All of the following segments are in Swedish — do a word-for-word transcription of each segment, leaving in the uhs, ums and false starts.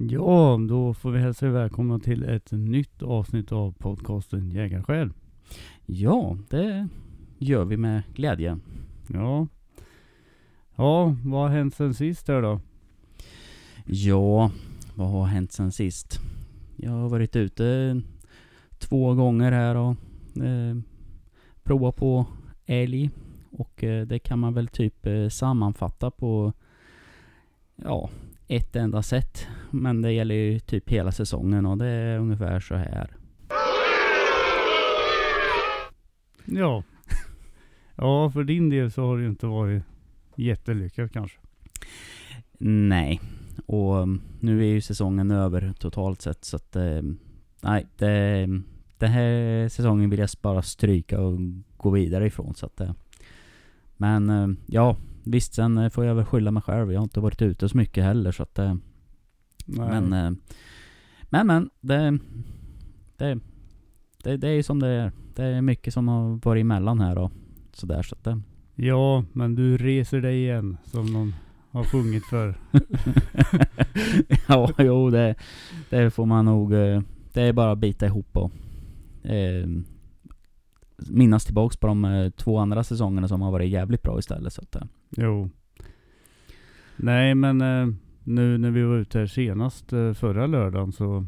Ja, då får vi hälsa er välkomna till ett nytt avsnitt av podcasten Jägarsjäl. Ja, det gör vi med glädje. Ja. Ja, vad har hänt sen sist där då? Ja, vad har hänt sen sist? Jag har varit ute två gånger här och eh, provat på älg. Och eh, det kan man väl typ eh, sammanfatta på ja, ett enda sätt. Men det gäller ju typ hela säsongen och det är ungefär så här. Ja. Ja, för din del så har det ju inte varit jättelyckat kanske. Nej, och nu är ju säsongen över totalt sett så att eh, nej, det, den här säsongen vill jag bara stryka och gå vidare ifrån så att eh, men eh, ja, visst sen får jag väl skylla mig själv. Jag har inte varit ute så mycket heller så att eh, men eh, men men det, det det det är ju som det är. Det är mycket som har varit emellan här och så där så att det. Ja, men du reser dig igen som någon har sjungit för. Ja, jo, det, det får man nog. Det är bara att bita ihop och eh, minnas tillbaks på de eh, två andra säsongerna som har varit jävligt bra istället. Så att, eh. Jo. Nej, men eh, nu när vi var ute här senast eh, förra lördagen så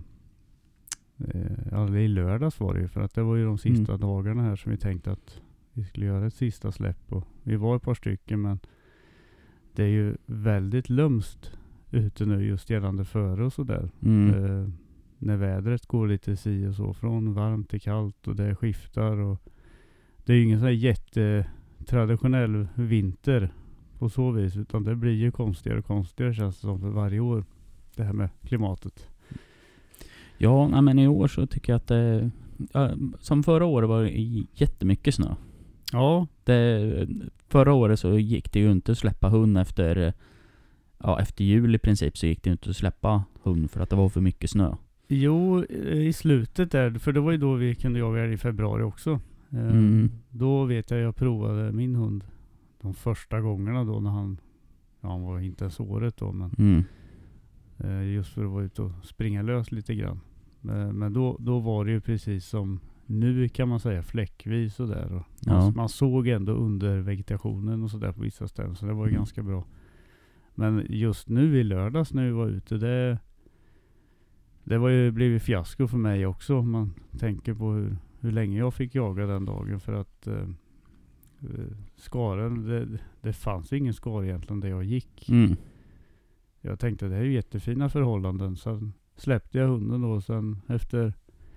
eh, ja, i lördags var det ju för att det var ju de sista mm. dagarna här som vi tänkte att vi skulle göra ett sista släpp och vi var ett par stycken men det är ju väldigt lumst ute nu just gällande före och sådär. Mm. Eh, när vädret går lite si och så från varmt till kallt och det skiftar och det är ju ingen sån här jättetraditionell vinter på så vis utan det blir ju konstigare och konstigare känns det som för varje år det här med klimatet. Ja, nej, men i år så tycker jag att det, ja, som förra året var det jättemycket snö. Ja. Det, förra året så gick det ju inte att släppa hund efter ja, efter jul i princip så gick det inte att släppa hund för att det var för mycket snö. Jo, i slutet där, för det var ju då vi kunde jaga i februari också. Mm. Då vet jag jag provade min hund de första gångerna då när han, ja han var inte ens året då men mm. just för att vara ute och springa lös lite grann. Men då, då var det ju precis som nu kan man säga fläckvis och där. Och ja. man, man såg ändå under vegetationen och sådär på vissa ställen. Så det var ju mm. ganska bra. Men just nu i lördags när vi var ute, det, det var ju blivit fiasko för mig också. Om man tänker på hur, hur länge jag fick jaga den dagen. För att eh, skaren, det, det fanns ingen skar egentligen där jag gick. Mm. Jag tänkte det är ju jättefina förhållanden. Sen släppte jag hunden då. Sen efter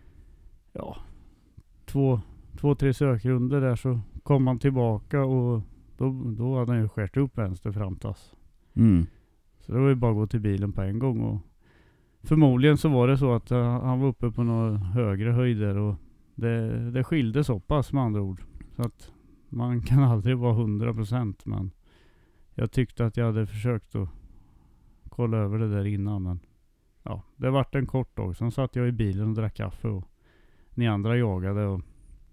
ja, två, två tre sökrunder där så kom han tillbaka och då, då hade han ju skärt upp vänster framtass. Mm. Så det var ju bara att gå till bilen på en gång. Och förmodligen så var det så att uh, han var uppe på några högre höjder och det, det skilde så pass med andra ord. Så att man kan aldrig vara hundra procent men jag tyckte att jag hade försökt att kolla över det där innan men ja, det vart en kort dag. Sen satt jag i bilen och drack kaffe och ni andra jagade och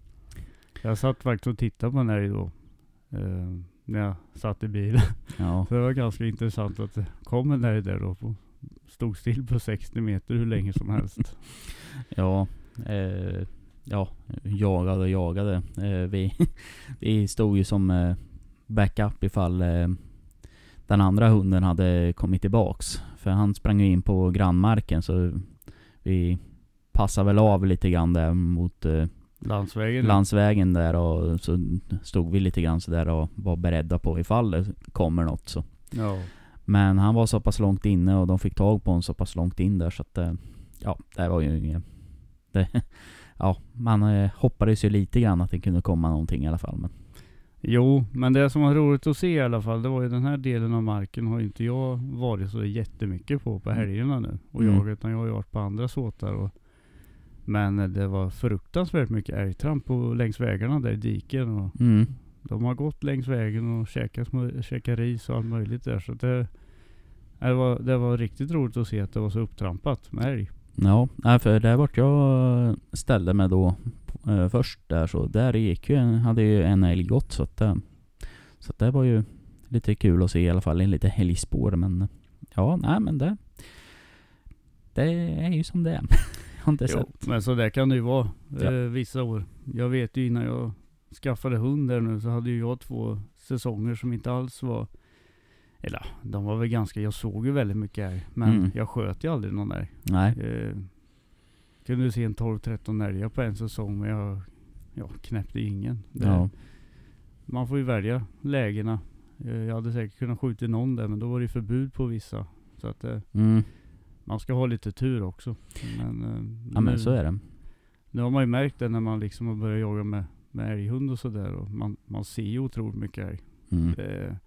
jag satt faktiskt och tittade på den här då eh, när jag satt i bilen. Ja. Så det var ganska intressant att det kom en där där då på, stod still på sextio meter hur länge som helst. Ja, eh, ja, jagade och jagade. Eh, vi, vi stod ju som eh, backup ifall eh, den andra hunden hade kommit tillbaks. För han sprang ju in på grannmarken så vi passade väl av lite grann där mot eh, landsvägen. landsvägen där och så stod vi lite grann så där och var beredda på ifall det kommer något så. Ja. Men han var så pass långt inne och de fick tag på honom så pass långt in där så att eh, ja, det var ju inget det, ja, man eh, hoppades ju lite grann att det kunde komma någonting i alla fall men jo, men det som var roligt att se i alla fall, det var ju den här delen av marken har inte jag varit så jättemycket på på helgerna nu. Och mm. jag, utan jag har ju varit på andra såtar. Och, men det var fruktansvärt mycket älgtramp på, längs vägarna där i diken. Och mm. de har gått längs vägen och käkat, käkat ris och allt möjligt där. Så det, det, var, det var riktigt roligt att se att det var så upptrampat med älg. Ja, för där vart jag ställde mig då eh, först där så där gick ju en, hade ju en älg gått så att, så att det var ju lite kul att se i alla fall en lite helgspår men ja, nej men det det är ju som det är. Jag har inte Jo, sett. men så där kan det ju vara Ja. eh, vissa år. Jag vet ju innan jag skaffade hund där nu så hade ju jag två säsonger som inte alls var, eller de var väl ganska, jag såg ju väldigt mycket älg, men Mm. jag sköt ju aldrig någon älg. Nej. Eh, kunde se en tolv tretton älgar på en säsong, men jag ja, knäppte ingen. Det, Ja. Man får ju välja lägena. Eh, jag hade säkert kunnat skjuta någon där, men då var det förbud på vissa. Så att eh, Mm. man ska ha lite tur också. Men, eh, Ja, men så är det. Nu har man ju märkt det när man liksom har börjat jaga med, med älghund och sådär. Och man, man ser ju otroligt mycket älg. Mm. Det,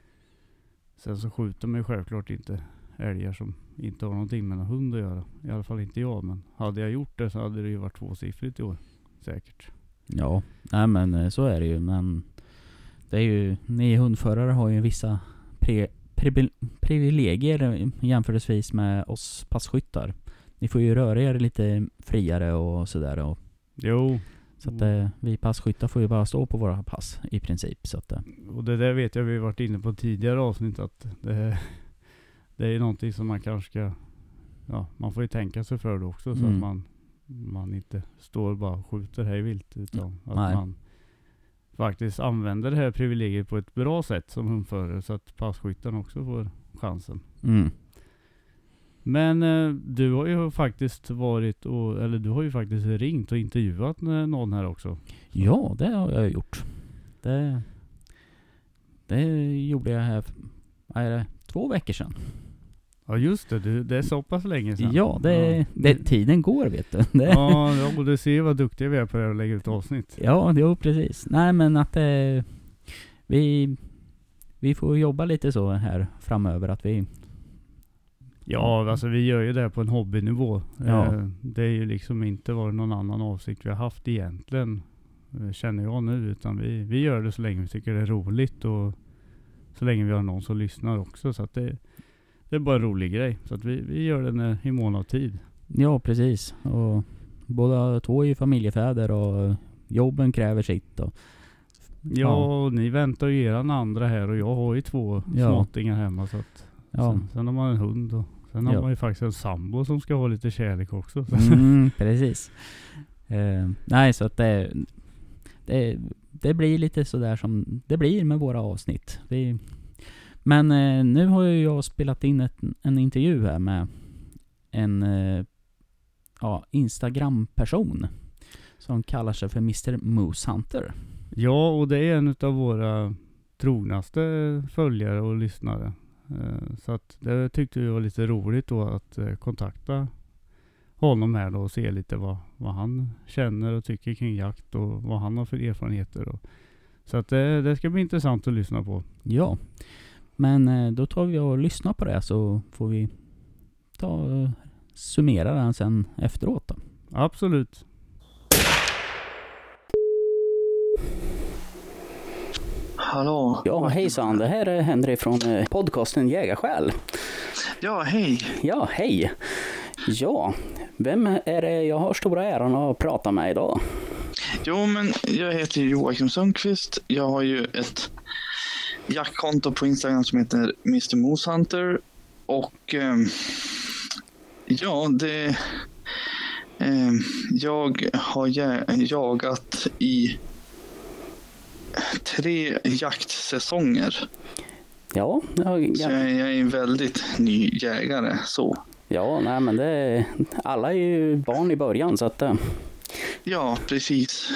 sen så skjuter man ju självklart inte älgar som inte har någonting med en hund att göra. I alla fall inte jag. Men hade jag gjort det så hade det ju varit tvåsiffrigt i år. Säkert. Ja, nej men eh, så är det ju. Men det är ju, ni hundförare har ju vissa pre, pre, privilegier jämförelsevis med oss passkyttar. Ni får ju röra er lite friare och sådär. Och, Jo. så att eh, vi passkyttar får ju bara stå på våra pass i princip. Så att, eh, Och det där vet jag vi har varit inne på tidigare avsnitt att det, det är ju någonting som man kanske ska, ja, man får ju tänka sig för det också så Mm. att man, man inte står och bara skjuter hej vilt utan att Nej. man faktiskt använder det här privilegiet på ett bra sätt som hundförare så att passkytten också får chansen. mm. Men eh, du har ju faktiskt varit och, eller du har ju faktiskt ringt och intervjuat eh, någon här också. Ja, det har jag gjort. Det, det gjorde jag här, vad är det, två veckor sedan. Ja just det, du, det är så pass länge sedan. Ja, det, Ja. det, tiden går vet du. Det, Ja, ja, och du ser ju vad duktiga vi är på det här att lägga ut avsnitt. Ja, jo, precis. Nej, men att eh, vi, vi får jobba lite så här framöver. Att vi... Ja, alltså vi gör ju det här på en hobbynivå. Ja. Eh, det är ju liksom inte varit någon annan avsikt vi har haft egentligen, eh, känner jag nu. Utan vi, vi gör det så länge vi tycker det är roligt och så länge vi har någon som lyssnar också. Så att det, det är bara en rolig grej. Så att vi, vi gör det när, i mån av tid. Ja, precis. Och båda två är ju familjefäder och jobben kräver sitt. Och, Ja, och ni väntar ju eran andra här och jag har ju två Ja. småttingar hemma. Så att ja. sen, sen har man en hund och sen har Ja. man ju faktiskt en sambo som ska ha lite kärlek också. Så. Mm, precis. Eh, nej, så att det, det, det blir lite sådär som det blir med våra avsnitt. Vi, men eh, nu har ju jag spelat in ett, en intervju här med en eh, ja, Instagram-person som kallar sig för mister Moose Hunter. Ja, och det är en av våra trognaste följare och lyssnare. Eh, Så att det tyckte vi var lite roligt då att eh, kontakta honom här då och se lite vad, vad han känner och tycker kring jakt och vad han har för erfarenheter. Och, så att det, det ska bli intressant att lyssna på. Ja, men eh, då tar vi och lyssnar på det så får vi ta och summera den sen efteråt då. Absolut. Hallå? Ja, hejsan. Det här är Henrik från eh, podcasten Jägarsjäl. Ja, hej. Ja, hej. Ja, vem är det jag har stora äran att prata med idag? Jo, men jag heter Joakim Sundqvist. Jag har ju ett jaktkonto på Instagram som heter mister Moose Hunter. Och eh, ja, det... Eh, jag har jä- jagat i tre jaktsäsonger. Ja, ja, Så ja, jag, jag är en väldigt ny jägare, så. ja nej men det, alla är ju barn i början så att, eh, Ja, precis.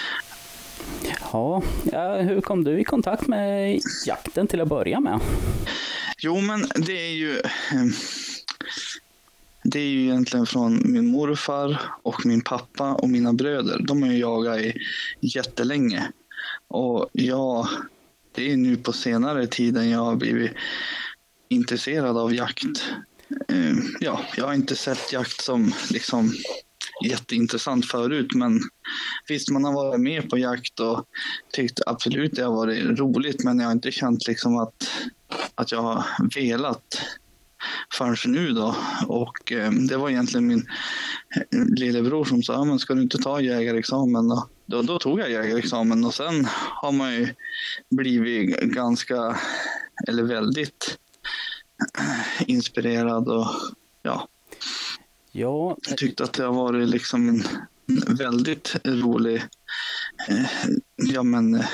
ja, ja, hur kom du i kontakt med jakten till att börja med? Jo, men det är ju eh, det är ju egentligen från min morfar och min pappa och mina bröder. De har ju jagat i jättelänge. Och jag, det är nu på senare tiden jag har blivit intresserad av jakt. Eh, ja, jag har inte sett jakt som liksom jätteintressant förut, men visst, man har varit med på jakt och tyckt absolut det har varit roligt, men jag har inte känt liksom att, att jag har velat förrän nu då. Och eh, det var egentligen min lillebror som sa, men ska du inte ta jägarexamen då? Då, då tog jag jägarexamen och sen har man ju blivit ganska, eller väldigt inspirerad och ja. Ja, Jag tyckte att det har varit liksom en väldigt rolig eh, ja, men, eh,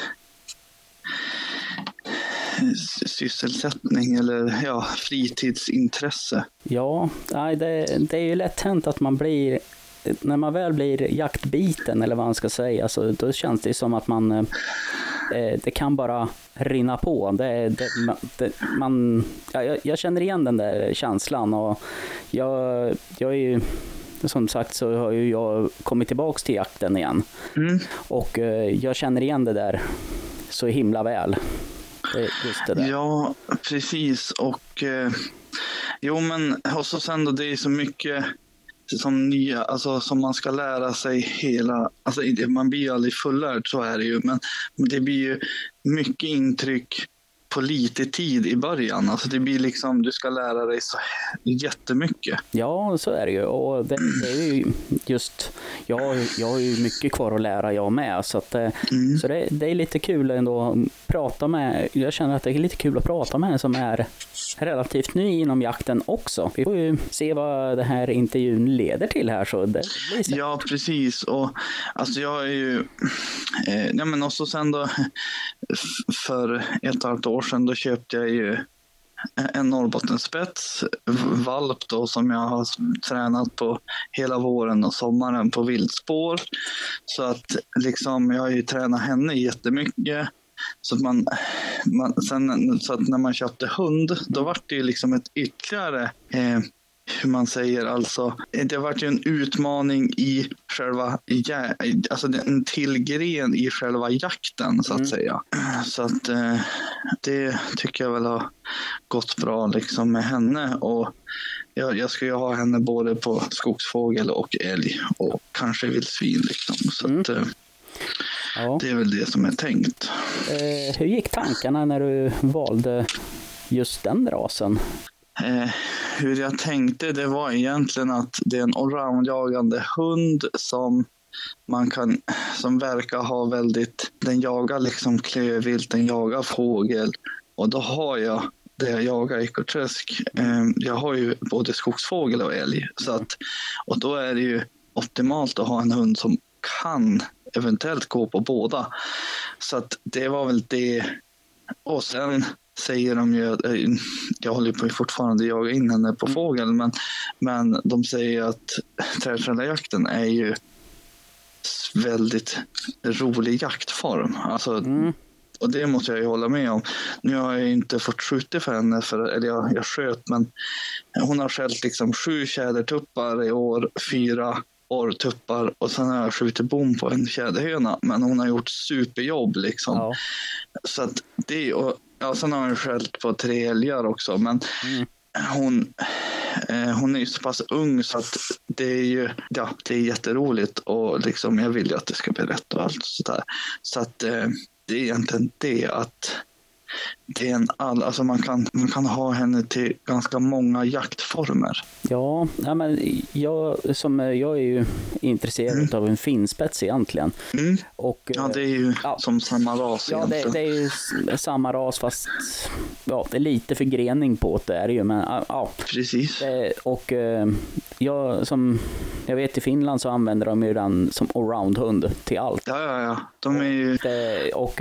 sysselsättning eller ja, fritidsintresse. ja nej, det, det är ju lätt hänt att man blir, när man väl blir jaktbiten eller vad man ska säga, så då känns det som att man eh, det kan bara rinna på. Det, det, det, man, ja, jag, jag känner igen den där känslan, och jag, jag är ju, som sagt så har ju jag kommit tillbaks till jakten igen. Mm. Och eh, jag känner igen det där så himla väl. Det, just det där. Ja, precis. Och eh, jo, men och så sen då, det är så mycket som nya, alltså som man ska lära sig hela, alltså man blir ju aldrig fullärd, så är det ju, men det blir ju mycket intryck på lite tid i början. Alltså det blir liksom, du ska lära dig så jättemycket. Ja, så är det ju. Och det, det är ju just, jag, jag har ju mycket kvar att lära jag med. Så, att, mm. så det, det är lite kul ändå att prata med. Jag känner att det är lite kul att prata med en som är relativt ny inom jakten också. Vi får ju se vad det här intervjun leder till här. Så det blir så. Ja, precis. Och alltså jag är ju eh, ja, men också sen då för ett och ett år sedan då köpte jag ju en Norrbottenspets valp då, som jag har tränat på hela våren och sommaren på viltspår. Så att liksom jag har ju tränat henne jättemycket. Så att man, man sen så att när man köpte hund, då var det ju liksom ett ytterligare eh, hur man säger, alltså det var ju en utmaning i själva, alltså en tillgren i själva jakten så att mm. säga. Så att eh, det tycker jag väl har gått bra liksom med henne, och jag, jag ska ju ha henne både på skogsfågel och älg och kanske vildsvin liksom. Så mm. att eh, ja. Det är väl det som är tänkt. Eh, hur gick tankarna när du valde just den rasen? Eh, hur jag tänkte, det var egentligen att det är en allround-jagande hund som man kan, som verkar ha väldigt, den jagar liksom klövvilt, den jagar fågel, och då har jag det jag jagar i Korträsk. Eh, jag har ju både skogsfågel och älg, så att, och då är det ju optimalt att ha en hund som kan eventuellt gå på båda. Så att det var väl det, och sen säger de ju, jag håller på fortfarande jaga in henne på fågel, men, men de säger att trädfällarjakten är ju väldigt rolig jaktform. Alltså, mm. Och det måste jag ju hålla med om. Nu har jag inte fått skjuta för henne, för, eller jag, jag sköt, men hon har skällt liksom sju tjädertuppar i år, fyra orrtuppar, och sen har jag skjutit bom på en tjäderhöna, men hon har gjort superjobb liksom. Ja. Så att det, och ja, sen har hon skällt på tre älgar också, men mm. hon, eh, hon är ju så pass ung så att det är ju, ja, det är jätteroligt, och liksom jag vill ju att det ska bli rätt och allt sådär. Så att eh, det är egentligen det att det är en all, alltså man kan, man kan ha henne till ganska många jaktformer. Ja, ja men jag, som, jag är ju intresserad mm. av en finspets egentligen. Mm. Och, ja, det är ju ja, som samma ras. Ja, det, det är ju samma ras, fast ja, det är lite förgrening på det är det ju, men ja. Precis. Det, och jag, som jag vet, i Finland så använder de ju den som allround-hund till allt. Ja, ja, ja. De är ju... Det, och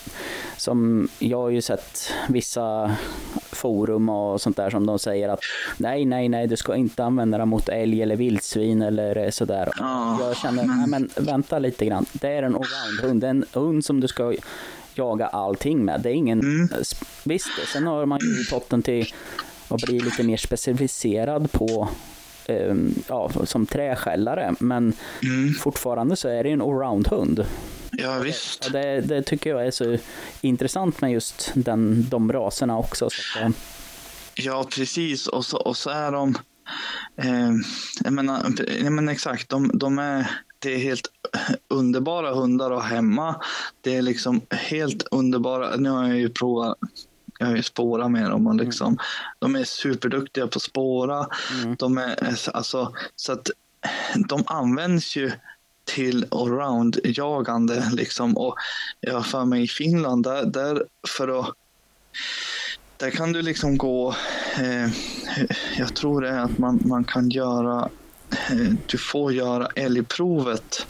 som jag har ju sett vissa forum och sånt där som de säger att nej, nej, nej, du ska inte använda den mot älg eller vildsvin eller sådär. Ja, jag känner, men... nej men vänta lite grann. Det är en allround-hund. Det är en hund som du ska jaga allting med. Det är ingen... Mm. Visst, sen har man ju fått den till att bli lite mer specialiserad på um, ja, som träskällare. Men mm. fortfarande så är det en allround-hund. Ja, visst. Det, det tycker jag är så intressant med just den, de raserna också. Så att, ja, precis. Och så, och så är de... Eh, jag menar, jag menar exakt, de, de är... Det är helt underbara hundar att ha hemma. Det är liksom helt underbara... Nu har jag ju provat... Jag har ju spårat med dem och liksom... Mm. De är superduktiga på att spåra. Mm. De är... Alltså, så att de används ju till allround-jagande liksom, och jag för mig i Finland där, där för att där kan du liksom gå eh, jag tror det är att man, man kan göra eh, du får göra älgprovet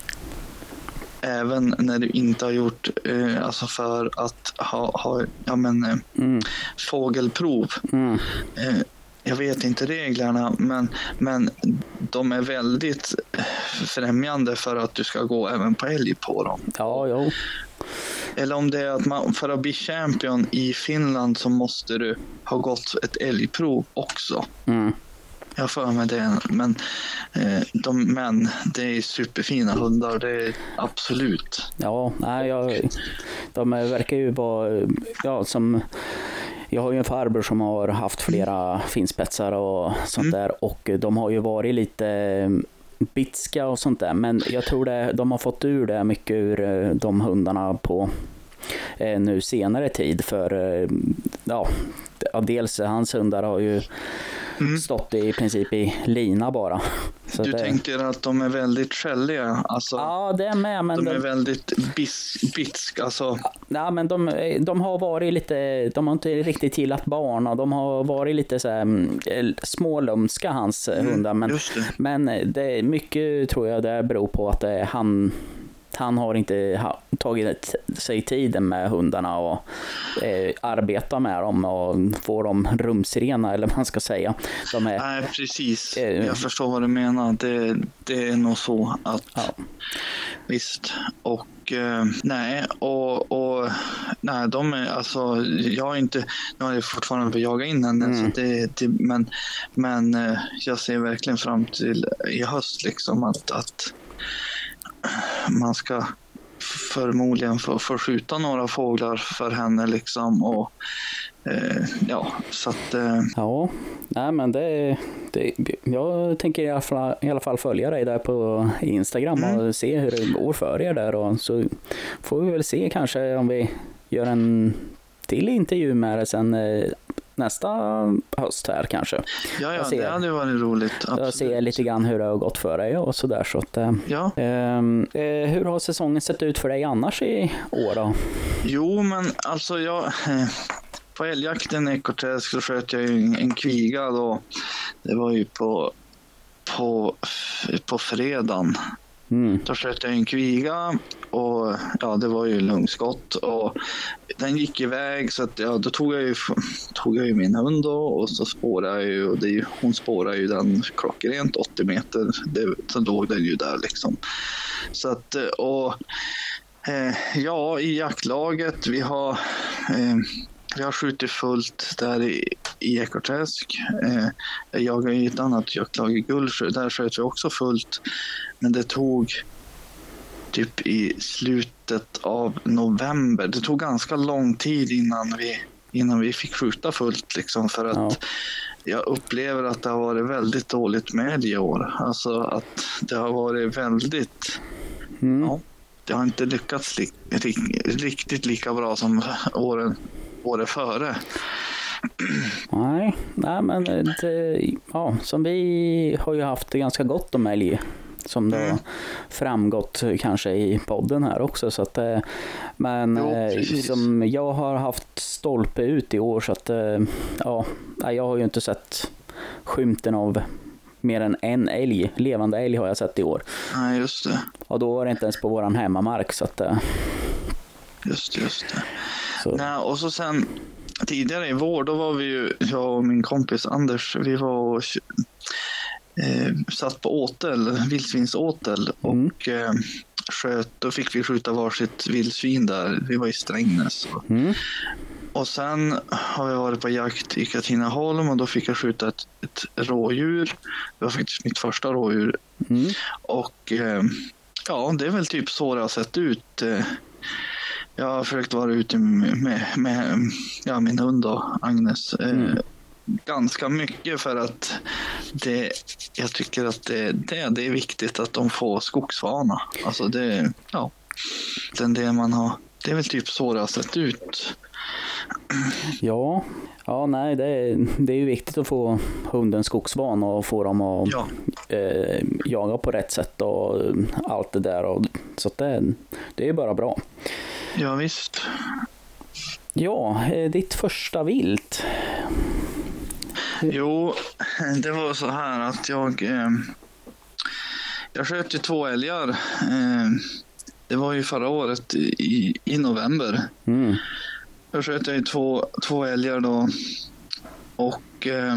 även när du inte har gjort, eh, alltså för att ha, ha ja, men, eh, Mm. fågelprov. Mm. Eh, jag vet inte reglerna, men, men de är väldigt främjande för att du ska gå även på älg på dem. Ja, jo. Eller om det är att man, för att bli champion i Finland så måste du ha gått ett älgprov också. Mm. Jag får med det, men eh, de män, det är superfina hundar, det är absolut. Ja, nej, jag, de verkar ju vara, ja, som, jag har ju en farbror som har haft flera finspetsar och sånt Mm. där, och de har ju varit lite bitska och sånt där, men jag tror det, de har fått ur det mycket ur de hundarna på eh, nu senare tid, för eh, ja, dels hans hundar har ju Mm. stått i princip i lina bara. Så Du det, tänker att de är väldigt skälliga, alltså ja, det är med, men de är de, väldigt bis, bitsk, alltså. ja, men de, de har varit lite, de har inte riktigt gillat barn, och de har varit lite så här, mm, smålumska, hans Mm, hundar, men, just det. men det är mycket, tror jag, det beror på att det, han han har inte ha, tagit sig tiden med hundarna och eh, arbeta med dem och få dem rumsrena, eller vad man ska säga. De är, Nej, precis. Eh, Jag förstår vad du menar. Det, det är nog så att ja. visst. Och eh, nej, och, och nej, de är alltså, jag har inte, nu har jag fortfarande på jaga in henne, Mm. så det, det, men, men eh, jag ser verkligen fram till i höst liksom att, att man ska förmodligen få, få skjuta några fåglar för henne liksom, och eh, ja, så att eh, Ja, nej, men det, det jag tänker i alla, fall, i alla fall följa dig där på Instagram Mm. och se hur det går för er där, och så får vi väl se kanske om vi gör en till intervju med det sen eh, nästa höst här kanske. ja, ja, Jag ser- det hade varit roligt. Jag Absolut. ser lite grann hur det har gått för dig och sådär, så att eh, Ja. ehm, eh, hur har säsongen sett ut för dig annars i år då? Jo, men alltså jag eh, på älgjakten i Cortez så sköt jag ju en, en kviga då. Det var ju på på på fredagen. Mm. Då sköt jag en kviga och ja, det var ju lungskott och den gick iväg, så att ja, då tog jag ju tog jag ju min hund då, och så spårade jag ju, och det är ju, hon spårade ju den klockrent åttio meter. Det, så låg den ju där liksom. Så att och eh, ja, i jaktlaget vi har eh, vi har skjutit fullt där i, i Ekorträsk. Eh, jag jagar i ett annat jaktlag i Gullsjö. Där sköt vi också fullt. Men det tog typ i slutet av november. Det tog ganska lång tid innan vi, innan vi fick skjuta fullt. Liksom, för att Ja. jag upplever att det har varit väldigt dåligt med i år. Alltså att det har varit väldigt... Mm. Ja, det har inte lyckats li, li, riktigt lika bra som åren, året före. Nej, nej, men det, ja, som vi har ju haft det ganska gott om älg, som det Mm. har framgått kanske i podden här också, så att eh, men Jo, eh, precis. som jag har haft stolpe ut i år, så att eh, ja, nej, jag har ju inte sett skymten av mer än en älg, levande älg har jag sett i år, Nej, just det. och då var det inte ens på våran hemmamark, så att eh, Just det, just det. så, Nej, och så sen tidigare i vår, då var vi ju, jag och min kompis Anders, vi var och eh, satt på åtel, vildsvinsåtel, Mm. och eh, sköt, då fick vi skjuta varsitt vildsvin där. Vi var i Strängnäs. mm, Och sen har vi varit på jakt i Katrineholm, och då fick jag skjuta ett, ett rådjur. Det var faktiskt mitt första rådjur. mm, Och eh, ja, det är väl typ så det har sett ut. Eh, Jag har försökt vara ute med, med, med ja, min hund då, Agnes. Eh, Mm. Ganska mycket, för att det, jag tycker att det, det, det är viktigt att de får skogsvana. Alltså det, ja, den det man har, det är väl typ så det har sett ut. ja, ja, nej, det är, det är ju viktigt att få hunden skogsvan och få dem att Ja, eh, jaga på rätt sätt och allt det där, och, så att det, det är bara bra. ja visst. Ja, eh, ditt första vilt. Jo, det var så här att jag, eh, jag sköt ju två älgar. Eh, det var ju förra året i, i november. Mm. Jag sköt ju två, två älgar då. Och eh,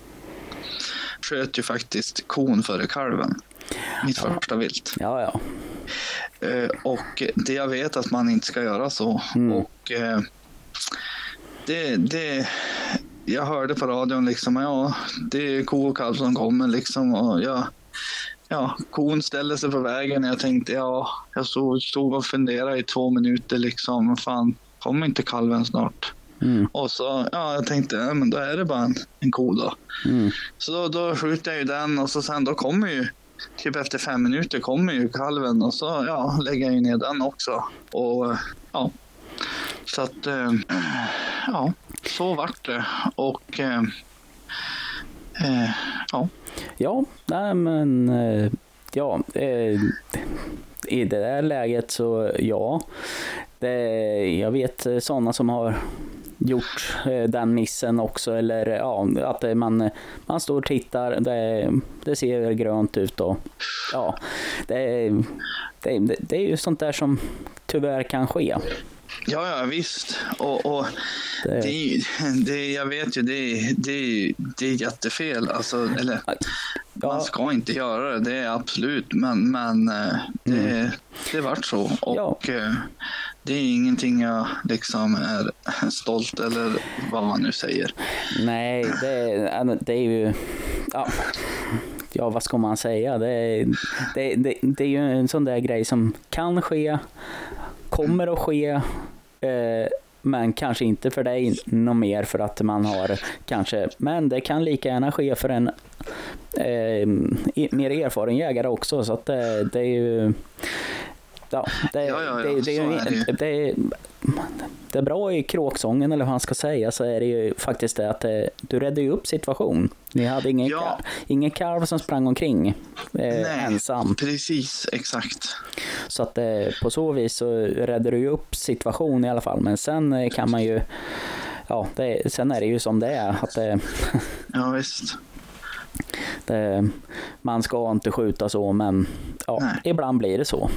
sköt ju faktiskt kon före kalven. Mitt första vilt. Ja, ja. Eh, och det jag vet att man inte ska göra så. Mm. Och eh, det, det, jag hörde på radion liksom, ja, det är ko och kalv som kommer liksom. Och jag, ja, kon ställde sig på vägen och jag tänkte, ja, jag stod, stod och funderade i två minuter liksom. Fan, kommer inte kalven snart? Mm. Och så, ja, jag tänkte, ja, men då är det bara en, en ko då. Mm. Så då, då skjuter jag ju den och så sen då kommer ju, typ efter fem minuter kommer ju kalven och så, ja, lägger jag ju ner den också. Och ja, så att, eh, ja, så vart det. Och eh, eh, ja. Ja, nej men eh, ja, eh, i det där läget så ja, det, jag vet sådana som har gjort eh, den missen också, eller ja, att man, man står och tittar, det, det ser grönt ut och ja, det, det, det är ju sånt där som tyvärr kan ske. Ja, ja, visst. Och, och det, det, är ju, det, jag vet ju, det, det, det är jättefel. Alltså, eller, ja. Man ska inte göra det, det är absolut. Men, men det, mm. det vart så. Och ja. Det är ingenting jag liksom är stolt eller vad man nu säger. Nej, det, det är ju... Ja. Ja, vad ska man säga? Det, det, det, det är ju en sån där grej som kan ske, kommer att ske, eh, men kanske inte för dig något mer för att man har kanske, men det kan lika gärna ske för en eh, mer erfaren jägare också, så att det, det är ju ja, det, ja, ja, ja. det, det, är, är det. det, det är bra i kråksången, eller vad man ska säga, så är det ju faktiskt det att det, du räddade ju upp situation. Ni hade ingen, ja. kalv, ingen kalv som sprang omkring eh, Nej, ensam. Precis, exakt. Så att eh, på så vis så räddade du ju upp situation i alla fall. Men sen eh, kan man ju, ja, det, sen är det ju som det är. Att det, ja, visst. Det, man ska inte skjuta så, men ja, ibland blir det så.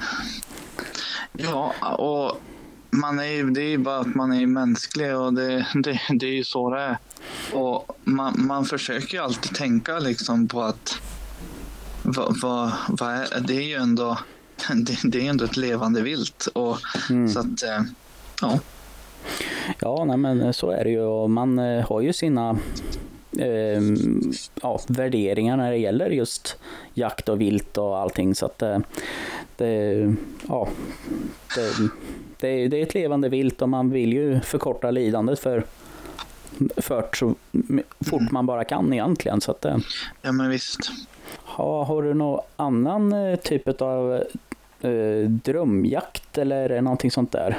Ja, och man är ju, det är ju bara att man är mänsklig och det, det, det är ju så det är. Och man, man försöker ju alltid tänka liksom på att vad, vad, vad är, det är ju ändå det, det är ju ändå ett levande vilt. Och, mm. Så att, ja. Ja, nej, men så är det ju. Och man har ju sina eh, ja, värderingar när det gäller just jakt och vilt och allting. Så att det, det ja, det, det, det är ett levande vilt och man vill ju förkorta lidandet för för så fort man bara kan egentligen. Så att det, ja, men visst. Ha, har du någon annan typ av eh, drömjakt eller någonting sånt där?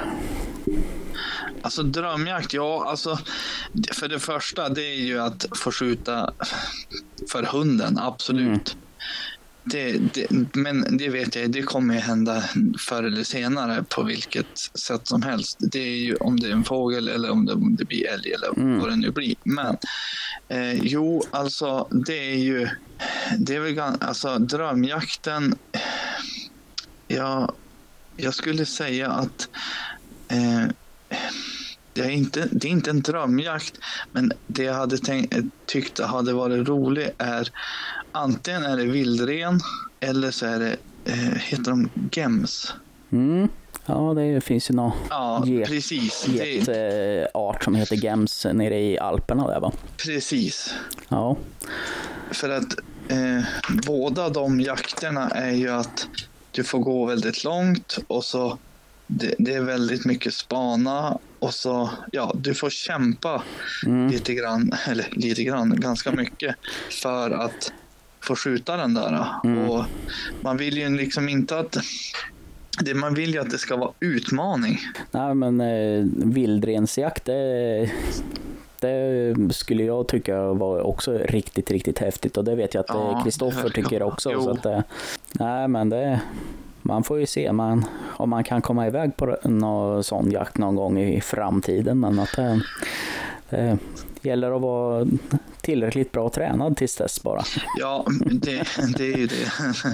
Alltså drömjakt, ja, alltså för det första det är ju att få skjuta för hunden, absolut. Mm. Det, det, men det vet jag, det kommer ju hända förr eller senare på vilket sätt som helst. Det är ju om det är en fågel eller om det, om det blir älg eller mm. vad det nu blir. Men eh, jo, alltså det är ju det är väl alltså drömjakten. Ja, jag skulle säga att eh, det är inte det är inte en drömjakt, men det jag hade tänkt, tyckt hade varit roligt är antingen är det vildren eller så är det eh, heter de gems. Mm. Ja, det finns ju någon ja, get, precis. get, det... eh, art som heter gems nere i Alperna där, va? Precis. Ja. För att eh, båda de jakterna är ju att du får gå väldigt långt och så det, det är väldigt mycket spana och så ja, du får kämpa mm. lite grann eller lite grann ganska mycket för att få skjuta den där. Mm. Och man vill ju liksom inte att det, man vill ju att det ska vara utmaning. Nej, men eh, vildrensjakt det, det skulle jag tycka var också riktigt, riktigt häftigt. Och det vet jag att Kristoffer ja, tycker också. Så att, eh, nej, men det, man får ju se man, om man kan komma iväg på någon sån jakt någon gång i framtiden. Men att det, det gäller att vara tillräckligt bra tränad tills dess bara. Ja, det, det är ju det.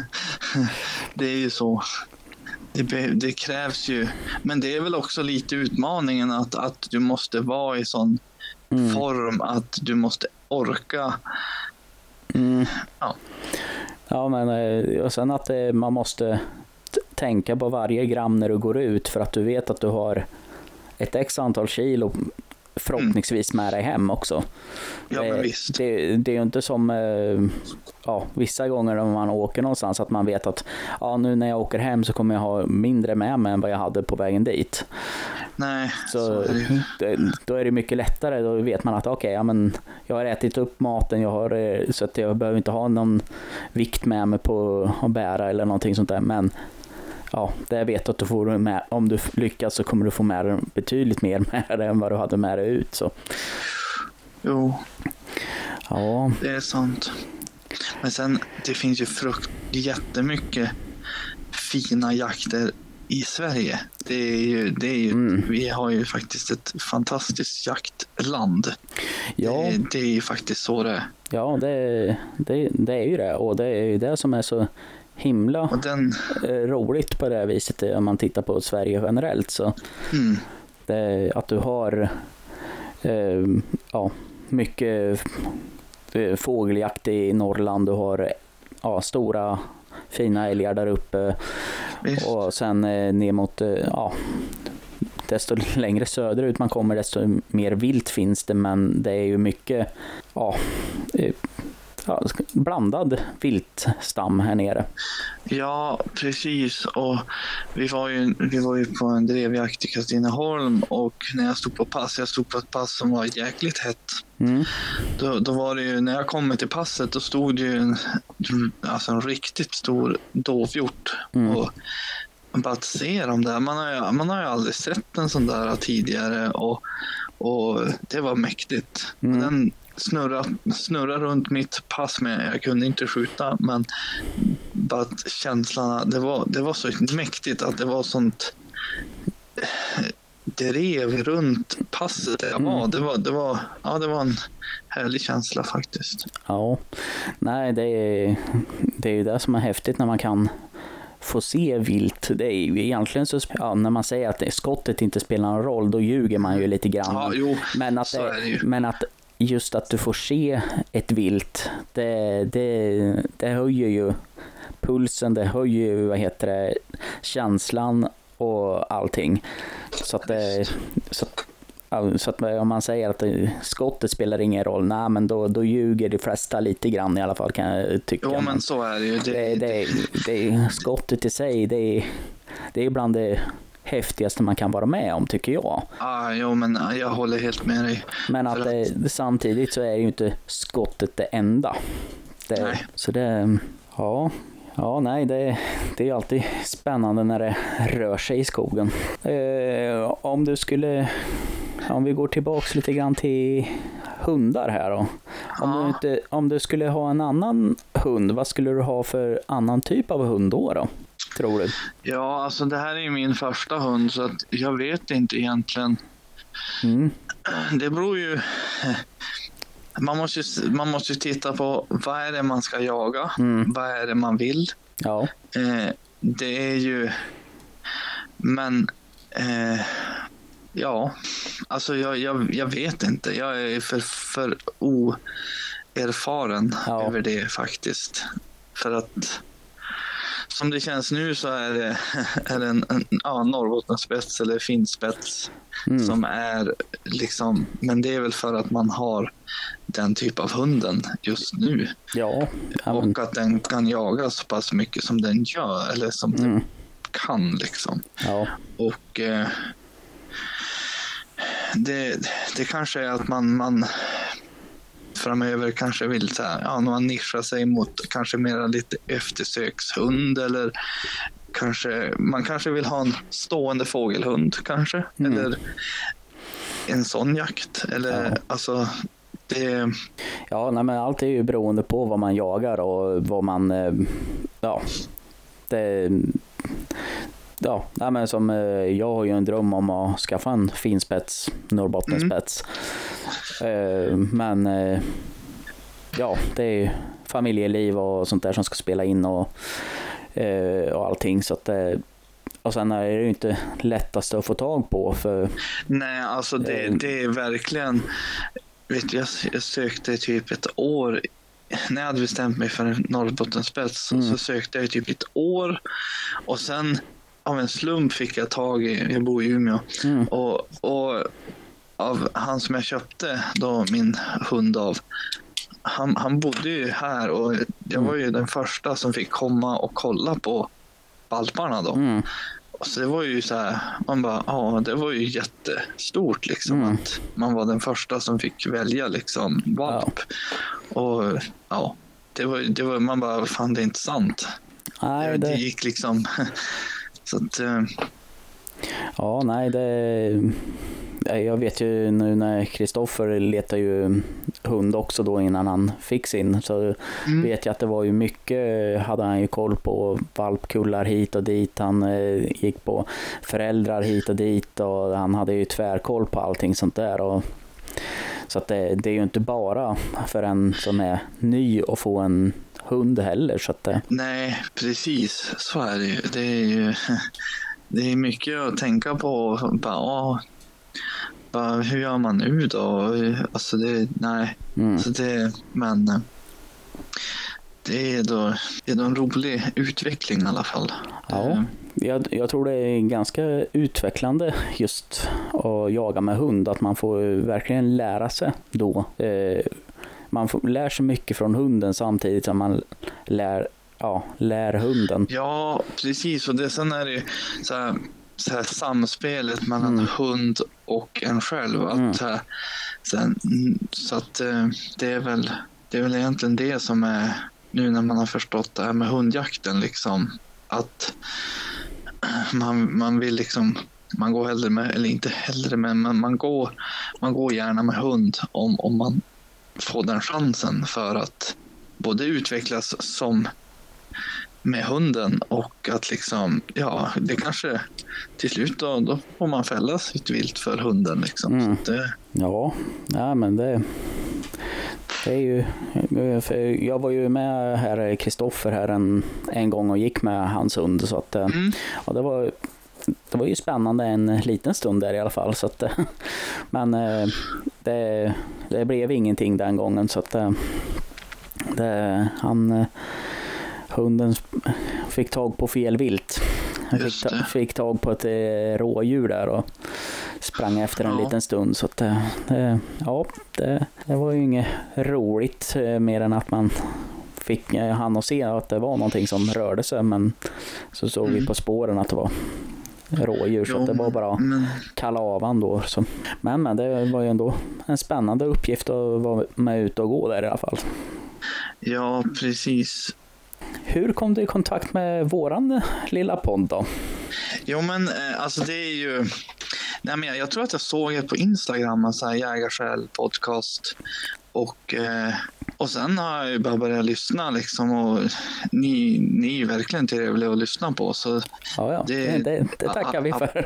Det är ju så. Det, det krävs ju. Men det är väl också lite utmaningen att, att du måste vara i sån mm. form att du måste orka. Mm. Ja. Ja, men och sen att det, man måste t- tänka på varje gram när du går ut, för att du vet att du har ett x antal kilo förhoppningsvis med dig hem också. Ja, men visst. Det, det är ju inte som ja, vissa gånger när man åker någonstans att man vet att ja, nu när jag åker hem så kommer jag ha mindre med mig än vad jag hade på vägen dit. Nej, så, så är det ju. Då är det mycket lättare. Då vet man att okej, okay, ja, men jag har ätit upp maten, jag har, så att jag behöver inte ha någon vikt med mig på att bära eller någonting sånt där. Men ja, det vet att du får med, om du lyckas så kommer du få med betydligt mer med dig än vad du hade med dig ut. Så. Jo, ja. Det är sant. Men sen, det finns ju frukt jättemycket fina jakter i Sverige. Det är ju, det är ju, mm. Vi har ju faktiskt ett fantastiskt jaktland. Ja. Det, det är ju faktiskt så det är. Ja, det, det, det är ju det. Och det är ju det som är så himla och den... roligt på det här viset om man tittar på Sverige generellt. Så mm. det, att du har eh, ja, mycket fågeljakt i Norrland, du har ja, stora fina älgar där uppe. Visst. Och sen eh, ner mot eh, ja, desto längre söderut man kommer desto mer vilt finns det, men det är ju mycket ja, eh, ja, blandad viltstam här nere. Ja, precis. Och vi var ju, vi var ju på en drevjakt i Katrineholm, och när jag stod på pass, jag stod på ett pass som var jäkligt hett. Mm. Då, då var det ju, när jag kom till passet, då stod det ju en, alltså en riktigt stor dovhjort. Mm. Och bara att se dem där, man har ju, man har ju aldrig sett en sån där tidigare, och, och det var mäktigt. Mm. Den snurra, snurra runt mitt pass med, jag kunde inte skjuta, men bara att känslan, det var, det var så mäktigt att det var sånt drev runt passet där jag var. Mm. Det var, det var, ja, det var en härlig känsla faktiskt. Ja, nej, det är, det är ju det som är häftigt när man kan få se vilt. Det är ju egentligen så, ja, när man säger att skottet inte spelar någon roll, då ljuger man ju lite grann. Ja, jo, men att det, det men att just att du får se ett vilt, det, det, det höjer ju pulsen, det höjer ju, vad heter det, känslan och allting. Så att det, så att, så att om man säger att skottet spelar ingen roll, nej, men då, då ljuger de flesta lite grann i alla fall, kan jag tycka. Jo, men så är det ju. Det, det, det, det, skottet i sig, det är, det är bland det häftigaste man kan vara med om, tycker jag. Ah, jo, men jag håller helt med dig. Men att, att... Det, samtidigt så är det ju inte skottet det enda. Det, nej. Så det, ja... Ja, nej, det, det är ju alltid spännande när det rör sig i skogen. Eh, om du skulle, om vi går tillbaks lite grann till hundar här då. Om, ja. du inte, om du skulle ha en annan hund, vad skulle du ha för annan typ av hund då då, tror du? Ja, alltså det här är ju min första hund, så att jag vet inte egentligen. Mm. Det beror ju... Man måste, man måste titta på vad är det man ska jaga, mm. vad är det man vill. Ja. Eh, det är ju, men eh, ja, alltså jag, jag, jag vet inte. Jag är för, för oerfaren ja. över det faktiskt. För att som det känns nu så är det, är det en, en ja, Norrbottenspets eller finspets mm. som är liksom, men det är väl för att man har den typ av hunden just nu. Ja. Och men... att den kan jaga så pass mycket som den gör, eller som mm. den kan liksom. Ja. Och eh, det, det kanske är att man, man framöver kanske vill så här, ja, man nischar sig mot kanske mer lite eftersökshund, eller kanske man kanske vill ha en stående fågelhund kanske, mm. eller en sån jakt, eller ja. alltså det... Ja, nej, men allt är ju beroende på vad man jagar och vad man ja, det ja, nej, men som jag har ju en dröm om att skaffa en finspets, Norrbottenspets. Eh, men eh, ja, det är ju familjeliv och sånt där som ska spela in och, eh, och allting. Så att, eh, och sen är det ju inte lättast att få tag på. För, Nej, alltså det, det är verkligen... Vet du, jag, jag sökte typ ett år... När jag hade bestämt mig för Norrbottenspets så, mm. så sökte jag typ ett år. Och sen av en slump fick jag tag i... Jag bor i Umeå. Mm. Och, och av han som jag köpte då min hund av... Han, han bodde ju här och jag var ju den första som fick komma och kolla på valparna då. Mm. Och så det var ju så här, man bara, ja, det var ju jättestort liksom mm. att man var den första som fick välja liksom valp. Ja. Och ja, det var, det var man bara, fan det är inte sant. Nej, det... det gick liksom så att... Uh... Ja, nej, det... Jag vet ju nu när Kristoffer letar ju hund också då innan han fick sin, så mm. vet jag att det var ju mycket, hade han ju koll på valpkullar hit och dit, han eh, gick på föräldrar hit och dit och han hade ju tvärkoll på allting sånt där. Och, så att det, det är ju inte bara för en som är ny att få en hund heller. Så att det... Nej, precis, så är det ju. Det är ju det är mycket att tänka på. Bara, åh, bara, hur gör man nu då? Alltså det, nej. Mm. Så det, men det är då, det är då en rolig utveckling i alla fall. Ja, jag, jag tror det är ganska utvecklande just att jaga med hund. Att man får verkligen lära sig då. Man får, lär sig mycket från hunden samtidigt som man lär Ja, lär hunden. Ja, precis. Och det, sen är det så här, så här samspelet mellan mm. hund och en själv. Att, mm. så, här, sen, så att det är väl det är väl egentligen det som är nu när man har förstått det här med hundjakten liksom. Att man, man vill liksom man går hellre med, eller inte hellre men man, man, går, man går gärna med hund om, om man får den chansen för att både utvecklas som med hunden och att liksom, ja, det kanske till slut då, då får man fälla sitt vilt för hunden liksom. Mm. Så det... Ja, ja, men det, det är ju, för jag var ju med här, Kristoffer här en, en gång och gick med hans hund så att, mm. ja, det var det var ju spännande en liten stund där i alla fall så att, men det, det blev ingenting den gången så att det, han hunden fick tag på fel vilt. Han fick, ta, fick tag på ett eh, rådjur där och sprang efter en ja. liten stund. Så att, eh, ja, det, det var ju inget roligt eh, mer än att man fick eh, han att se att det var någonting som rörde sig. Men så såg mm. vi på spåren att det var rådjur så jo, att det var bara men... kalla avan då. Så. Men, men det var ju ändå en spännande uppgift att vara med ut och gå där i alla fall. Ja, precis. Hur kom du i kontakt med våran lilla podd då? Jo men alltså det är ju nej men jag, jag tror att jag såg det på Instagram en sån här Jägarsjäl podcast och, eh, och sen har jag ju bara börjat lyssna liksom och ni, ni är verkligen trevliga att lyssna på så ja, ja. Det, det, det tackar a, vi för.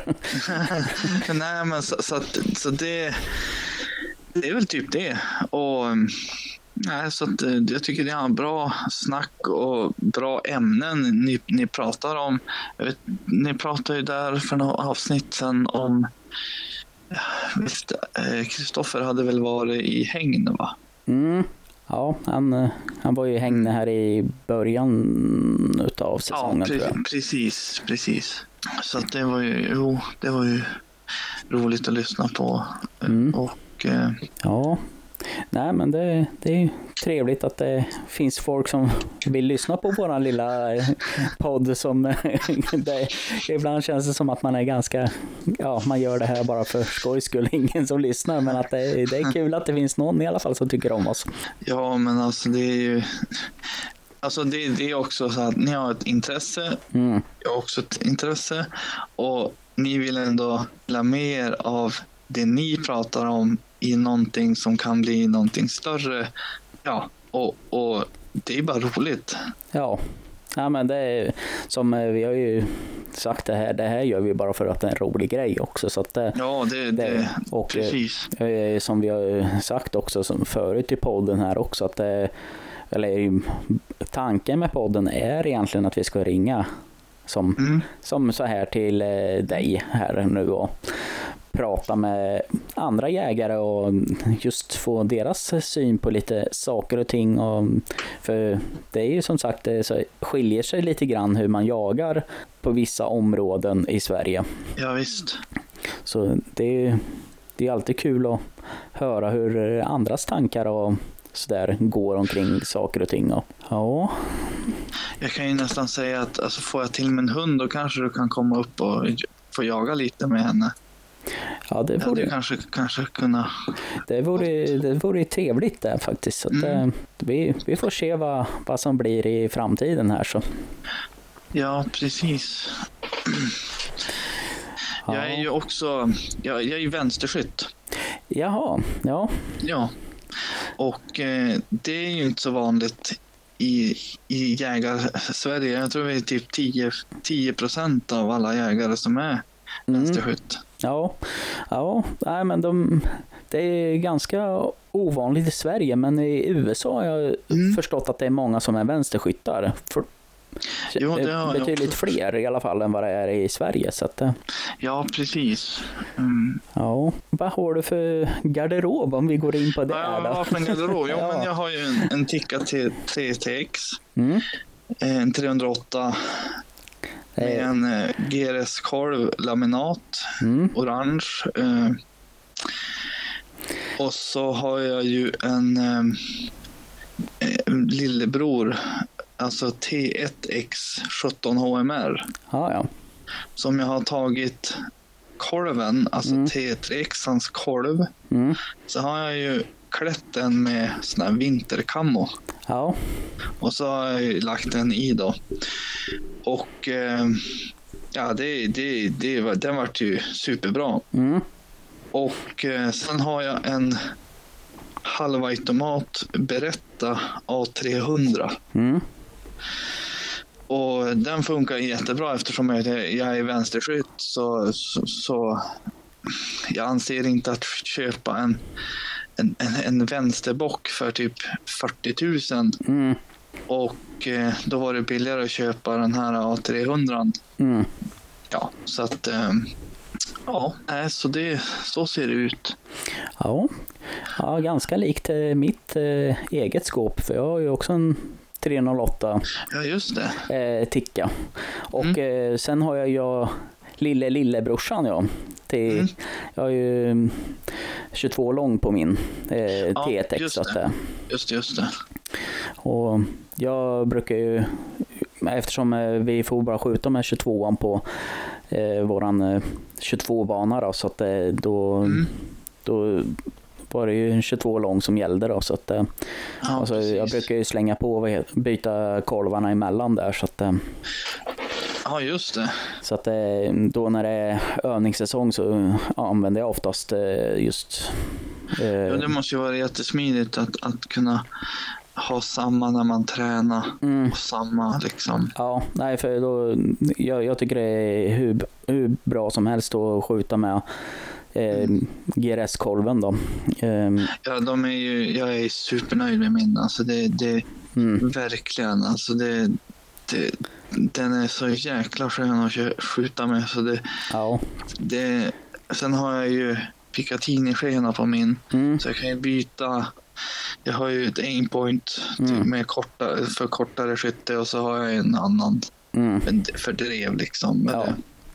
Nej men så, så, att, så det det är väl typ det och nej, så att, jag tycker det är en bra snack och bra ämnen ni, ni pratar om. Jag vet, ni pratade ju där för några avsnitt sedan om visst, Kristoffer hade väl varit i hägn va? Mm. Ja, han, han var ju i hägn här i början utav säsongen. Ja, pre- precis, precis. Så att det var ju, jo, det var ju roligt att lyssna på. Mm. Och ja. Nej, men det, det är trevligt att det finns folk som vill lyssna på våran lilla podd som det, ibland känns det som att man är ganska ja, man gör det här bara för skojs skull, ingen som lyssnar, men att det, det är kul att det finns någon i alla fall som tycker om oss. Ja, men alltså det är ju alltså det, det är också så att ni har ett intresse, mm. jag har också ett intresse och ni vill ändå lära mer av det ni pratar om i någonting som kan bli någonting större. Ja, och, och det är bara roligt. Ja, Ja, men det är som vi har ju sagt det här, det här gör vi bara för att det är en rolig grej också. Så att det, ja, det, det, det och precis. Som vi har sagt också som förut i podden här också, att det, eller tanken med podden är egentligen att vi ska ringa som, mm. som så här till dig här nu och prata med andra jägare och just få deras syn på lite saker och ting. Och, för det är ju som sagt, det så skiljer sig lite grann hur man jagar på vissa områden i Sverige. Ja, visst. Så det är, det är alltid kul att höra hur andras tankar och så där går omkring saker och ting. Och, ja. Jag kan ju nästan säga att alltså, får jag till min hund då kanske du kan komma upp och få jaga lite med henne. Ja, det vore ja, kanske kanske kunna. Det vore det vore trevligt där faktiskt. Så att, mm. vi vi får se vad vad som blir i framtiden här så. Ja, precis. Ja. Jag är ju också jag, jag är ju vänsterskytt. Jaha, ja. Ja. Och eh, det är ju inte så vanligt i i jägar-Sverige. Jag tror det är typ tio procent av alla jägare som är vänsterskytt. Mm. Ja, ja, nej men de, det är ganska ovanligt i Sverige, men i U S A har jag mm. förstått att det är många som är vänsterskyttar. För, jo, det har betydligt fler i alla fall än vad det är i Sverige. Så att, ja, precis. Mm. Ja, vad har du för garderob om vi går in på det? Ja, jag har för en garderob. Jo, ja. Men jag har ju en, en Tikka T T X, mm. en trehundraåtta med en eh, G R S-kolv laminat, mm. orange. Eh, och så har jag ju en eh, lillebror, alltså T ett X sjutton H M R. Ah, ja. Som jag har tagit kolven, alltså mm. T tre X-ans kolv. Mm. Så har jag ju klätt den med sån här vinterkammo. Ja. Och så har jag ju lagt den i då. Och eh, ja, det, det, det, den vart ju superbra. Mm. Och eh, sen har jag en halvautomat Beretta A trehundra. Mm. Och den funkar jättebra eftersom jag, jag är vänsterskytt. Så, så, så jag anser inte att köpa en, en, en, en vänsterbock för typ fyrtio tusen. Mm. Och eh, då var det billigare att köpa den här A trehundra. Mm. Ja, så att eh, ja, så det så ser det ut. Ja, ja ganska likt mitt eh, eget skåp, för jag har ju också en tre noll åtta. Ja, just det. Eh, Tikka. Och mm. eh, sen har jag ju lille lillebrorsan ja. Till, mm. Jag har ju tjugotvå lång på min eh, ja, T ett X. Just det. Att, just, just det. Och jag brukar ju, eftersom vi får bara skjuta med tjugotvåan på eh, våran eh, tjugotvå-bana då, så att eh, då, mm. då var det ju tjugotvå lång som gällde då, så att eh, ja, alltså, jag brukar ju slänga på och byta kolvarna emellan där, så att eh, ja, just det. Så att eh, då när det är övningssäsong så använder jag oftast eh, just eh, ja, det måste ju vara jättesmidigt att, att kunna ha samma när man tränar mm. och samma liksom. Ja, nej, för då jag, jag tycker det är hur, hur bra som helst att skjuta med eh, mm. G R S-kolven då. Eh, ja, de är ju, jag är supernöjd med min, alltså det, det mm. verkligen, alltså det, det den är så jäkla skön att skjuta med, så det, ja. det sen har jag ju Picatinny-skena på min, mm. så jag kan ju byta. Jag har ju ett aimpoint mm. med korta, för kortare skytte, och så har jag en annan mm. för drev liksom. Ja.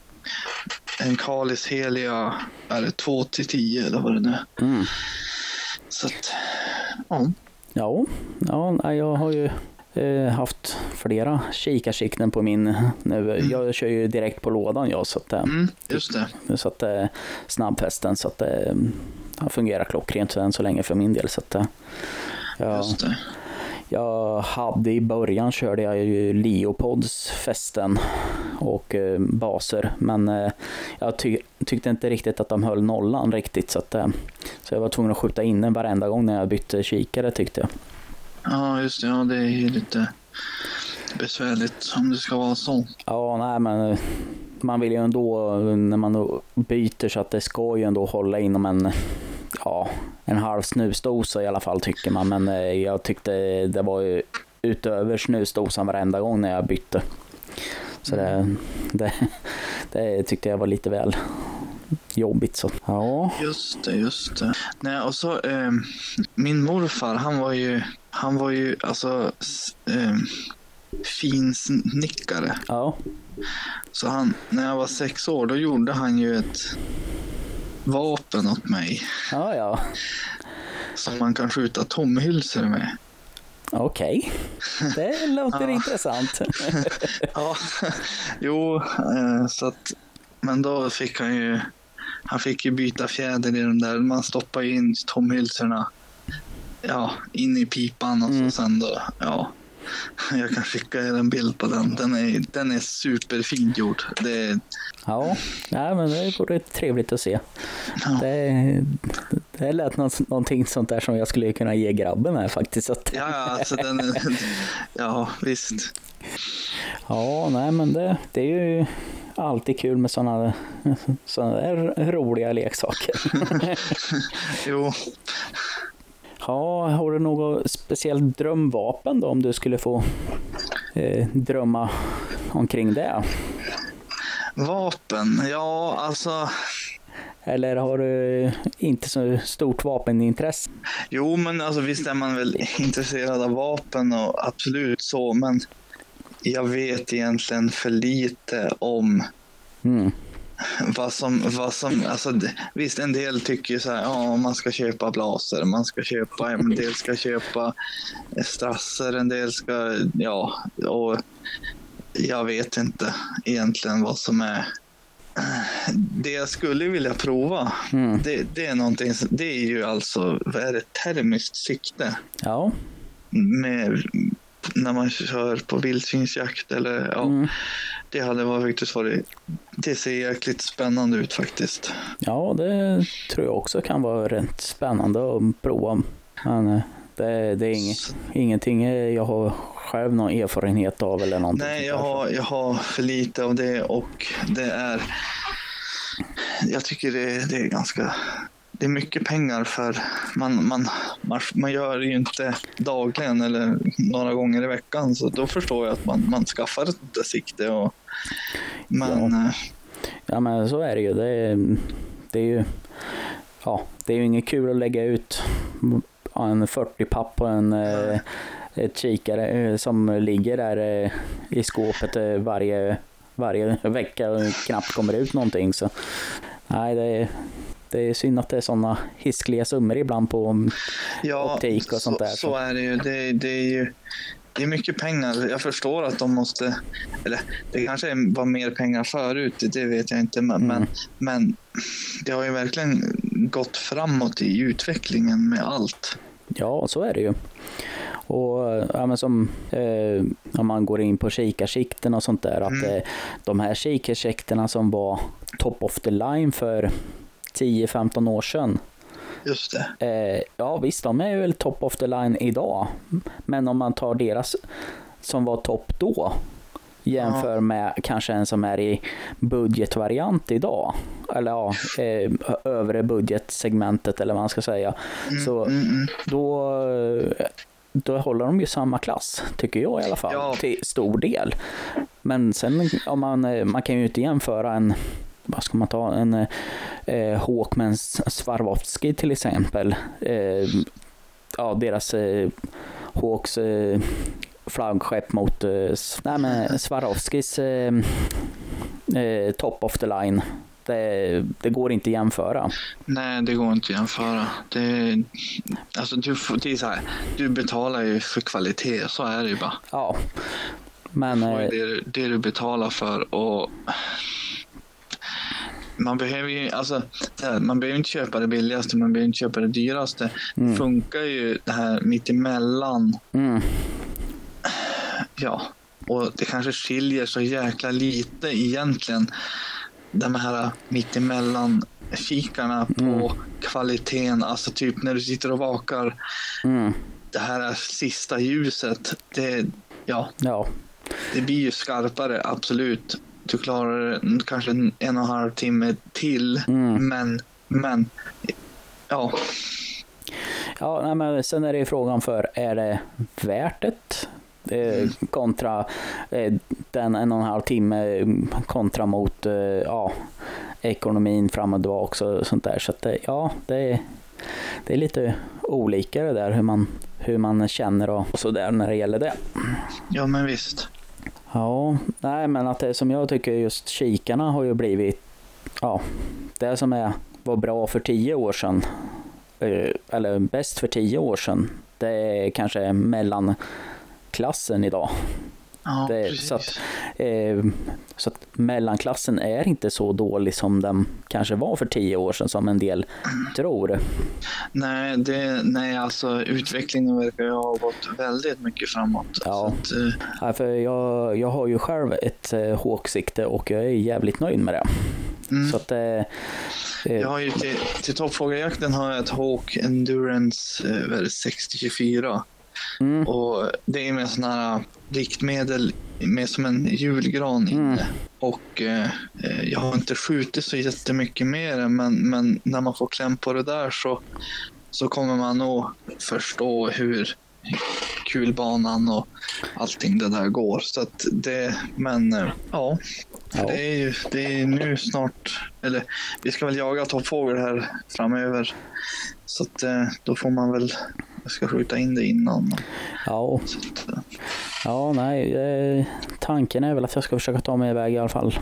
En Kalis Helia är det två till tio eller vad det nu är. Mm. Så att, ja. Ja, ja, jag har ju eh, haft flera kikarsikten på min nu. Mm. Jag kör ju direkt på lådan jag, så att, mm, just det. Så att eh, snabbfästen, så att det eh, fungerar klockrent än så länge för min del, så att eh, jag, just det. Jag hade i början körde jag ju Leopods fästen och eh, baser, men eh, jag ty- tyckte inte riktigt att de höll nollan riktigt, så att eh, så jag var tvungen att skjuta in den varenda gång när jag bytte kikare, tyckte jag. Ja, just det. Ja, det är ju lite lite besvärligt om det ska vara så. Ja, nej men man vill ju ändå när man byter så att det ska ju ändå hålla inom en, ja, en halv snusdosa i alla fall tycker man. Men jag tyckte det var ju utöver snusdosan varenda gång när jag bytte. Så det, det, det tyckte jag var lite väl jobbigt så. Ja. Just det, just det. Nej, och så eh, min morfar, han var ju han var ju alltså eh, finsnickare. Ja. Så han, när jag var sex år, då gjorde han ju ett vapen åt mig. Ja, ja. Som man kan skjuta tomhylsor med. Okej, det låter intressant. Ja, jo, eh, så att, men då fick han ju, han fick ju byta fjäder i de där, man stoppar in tomhylsorna, ja, in i pipan och Mm. så sen då, ja, jag kan skicka er en bild på den, den är, den är superfint gjord. Det, Ja, nej, men det vore trevligt att se. ja. Det, det lät något, någonting sånt där som jag skulle kunna ge grabben här faktiskt. Så att, Ja, ja, alltså den är, ja, visst. ja, nej men det, det är ju alltid kul med sådana såna där roliga leksaker. Jo, Ja, har du något speciellt drömvapen då om du skulle få eh, drömma omkring det? vapen, ja, alltså, Eller har du inte så stort vapenintresse? jo, men alltså visst är man väl intresserad av vapen och absolut så, men jag vet egentligen för lite om Mm. vad som, vad som, alltså det- visst en del tycker ju så här, ja man ska köpa blaser, man ska köpa, en del ska köpa strasser, en del ska, ja, och jag vet inte egentligen vad som är det jag skulle vilja prova. Mm. Det, det är någonting, som- det är ju alltså, vad är det, termiskt sikte Ja. med när man kör på vildsvinsjakt eller ja, Mm. det hade varit faktiskt varit, det ser jäkligt spännande ut faktiskt. Ja, det tror jag också kan vara rätt spännande att prova. Men eh, det, det är inget, ingenting jag har själv någon erfarenhet av eller någonting. Nej, sånt jag där. har, jag har för lite av det och det är, jag tycker det, det är ganska, det är mycket pengar för man, man, man, man gör det ju inte dagligen eller några gånger i veckan, så då förstår jag att man, man skaffar ett sånt där sikte och, men Ja. eh, Ja, men så är det ju. Det är, det är ju ja, det är ju inget kul att lägga ut en fyrtio papp på en eh, ett kikare eh, som ligger där eh, i skåpet eh, varje, varje vecka och knappt kommer ut någonting. Så nej, det är, det är synd att det är sådana hiskliga summor ibland på ja, optik och sånt så, där. så är det ju. Det, det är ju det är mycket pengar. Jag förstår att de måste, eller det kanske var mer pengar förut, det vet jag inte, men, Mm. men, men det har ju verkligen gått framåt i utvecklingen med allt. Ja, så är det ju. Och ja, men som eh, om man går in på kikarsikten och sånt där, att Mm. eh, de här kikarsikterna som var top of the line för tio femton år sedan, Just det. eh, ja visst, de är ju väl top of the line idag, men om man tar deras som var topp då jämför Ja. med kanske en som är i budgetvariant idag, eller ja, eh, övre budgetsegmentet eller vad man ska säga, Mm, så mm, mm. då, då håller de ju samma klass, tycker jag i alla fall, Ja. till stor del. Men sen om man, man kan ju inte jämföra en, vad ska man ta, en eh, Håkman Swarovski till exempel, eh, ja, deras eh, Hawks eh, flaggskepp mot eh, nej, men Swarovskis eh, eh, top of the line. Det, det går inte att jämföra. Nej, det går inte att jämföra. Det, alltså, du, får, det är så här, du betalar ju för kvalitet, så är det ju bara. Ja, men Och eh, det, är det du betalar för, och man behöver ju, alltså, så här, man behöver inte köpa det billigaste, man behöver inte köpa det dyraste. Mm. Det funkar ju det här mitt emellan. mm, Ja, och det kanske skiljer så jäkla lite egentligen, de här mittemellan kikarna på Mm. kvaliteten, alltså typ när du sitter och vakar, mm, det här sista ljuset, det, ja, ja. det blir ju skarpare, absolut. Du klarar det kanske en, en och en halv timme till, Mm. men, men ja. Ja, nej, men sen är det ju frågan för, är det värt det? Eh, kontra eh, den en och en halv timme kontra mot eh, ja, ekonomin fram och tillbaka och sånt där. Så att, eh, ja, det är, det är lite olika det där hur man, hur man känner och, och så där när det gäller det. Ja, men visst. Ja, nej, men att det som jag tycker just kikarna har ju blivit, ja, det som är, var bra för tio år sedan eh, eller bäst för tio år sedan, det är kanske mellanklassen idag. Ja, Det, precis. så, att, eh, så att mellanklassen är inte så dålig som den kanske var för tio år sedan som en del tror. Nej, det, nej, alltså utvecklingen verkar ju ha gått väldigt mycket framåt. Ja. Så att, eh, Ja, för jag, jag har ju själv ett eh, Hawk-sikte och jag är jävligt nöjd med det. mm. Så att, eh, eh, Jag har ju till, till toppfågeljakten har jag ett Hawk Endurance eh, sextio tjugofyra. mm, Och det är med sådana här riktmedel med som en julgran inne. Mm. Och eh, jag har inte skjutit så jättemycket med det, men, men när man får kläm på det där så, så kommer man nog förstå hur kulbanan och allting det där går. Så att det, men eh, ja, ja. det är ju det är nu snart, eller vi ska väl jaga toppfågel här framöver. Så att eh, då får man väl, jag ska skjuta in det innan. Ja, Så att, eh, ja, nej. Eh, tanken är väl att jag ska försöka ta mig iväg i alla fall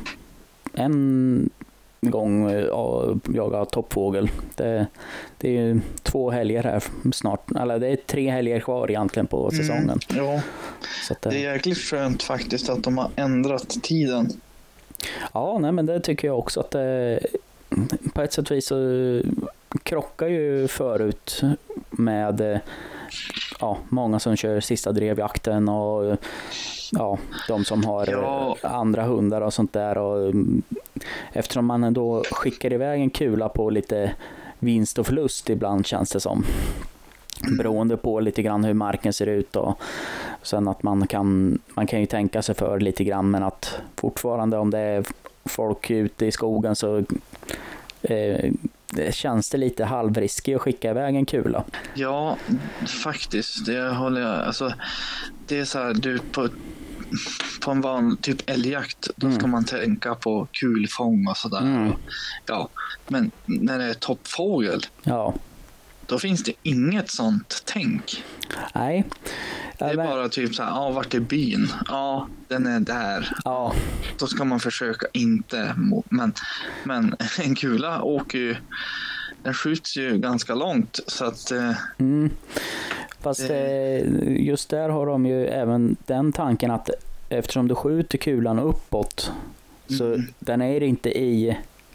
en gång eh, och jaga toppfågel. Det, det är ju två helger här snart. Eller det är tre helger kvar egentligen på säsongen. Mm, ja. Så att, eh, Det är jäkligt skönt faktiskt att de har ändrat tiden. ja, nej, men det tycker jag också att det, på ett sätt och vis så krockar ju förut med eh, ja, många som kör sista drevjakten och ja, de som har Ja. eh, andra hundar och sånt där. Och, mm, eftersom man då skickar iväg en kula på lite vinst och förlust ibland, känns det som. Beroende på lite grann hur marken ser ut och sen att man kan, man kan ju tänka sig för lite grann, men att fortfarande om det är folk ute i skogen så eh, det känns det lite halvriskigt att skicka iväg en kula. Ja, faktiskt. Det håller jag. Alltså, det är så här, du på, på en vanlig typ älgjakt, då Mm. ska man tänka på kulfång och sådär. Mm. Ja, men när det är toppfågel, Ja, då finns det inget sånt tänk. nej. Det är Ja, men- bara typ så här, ja, vart är byn? Ja, den är där. ja, Då ska man försöka inte mo- men, men en kula åker ju, den skjuts ju ganska långt, så att eh, mm. Fast eh, just där har de ju även den tanken att eftersom du skjuter kulan uppåt så Mm. den är inte i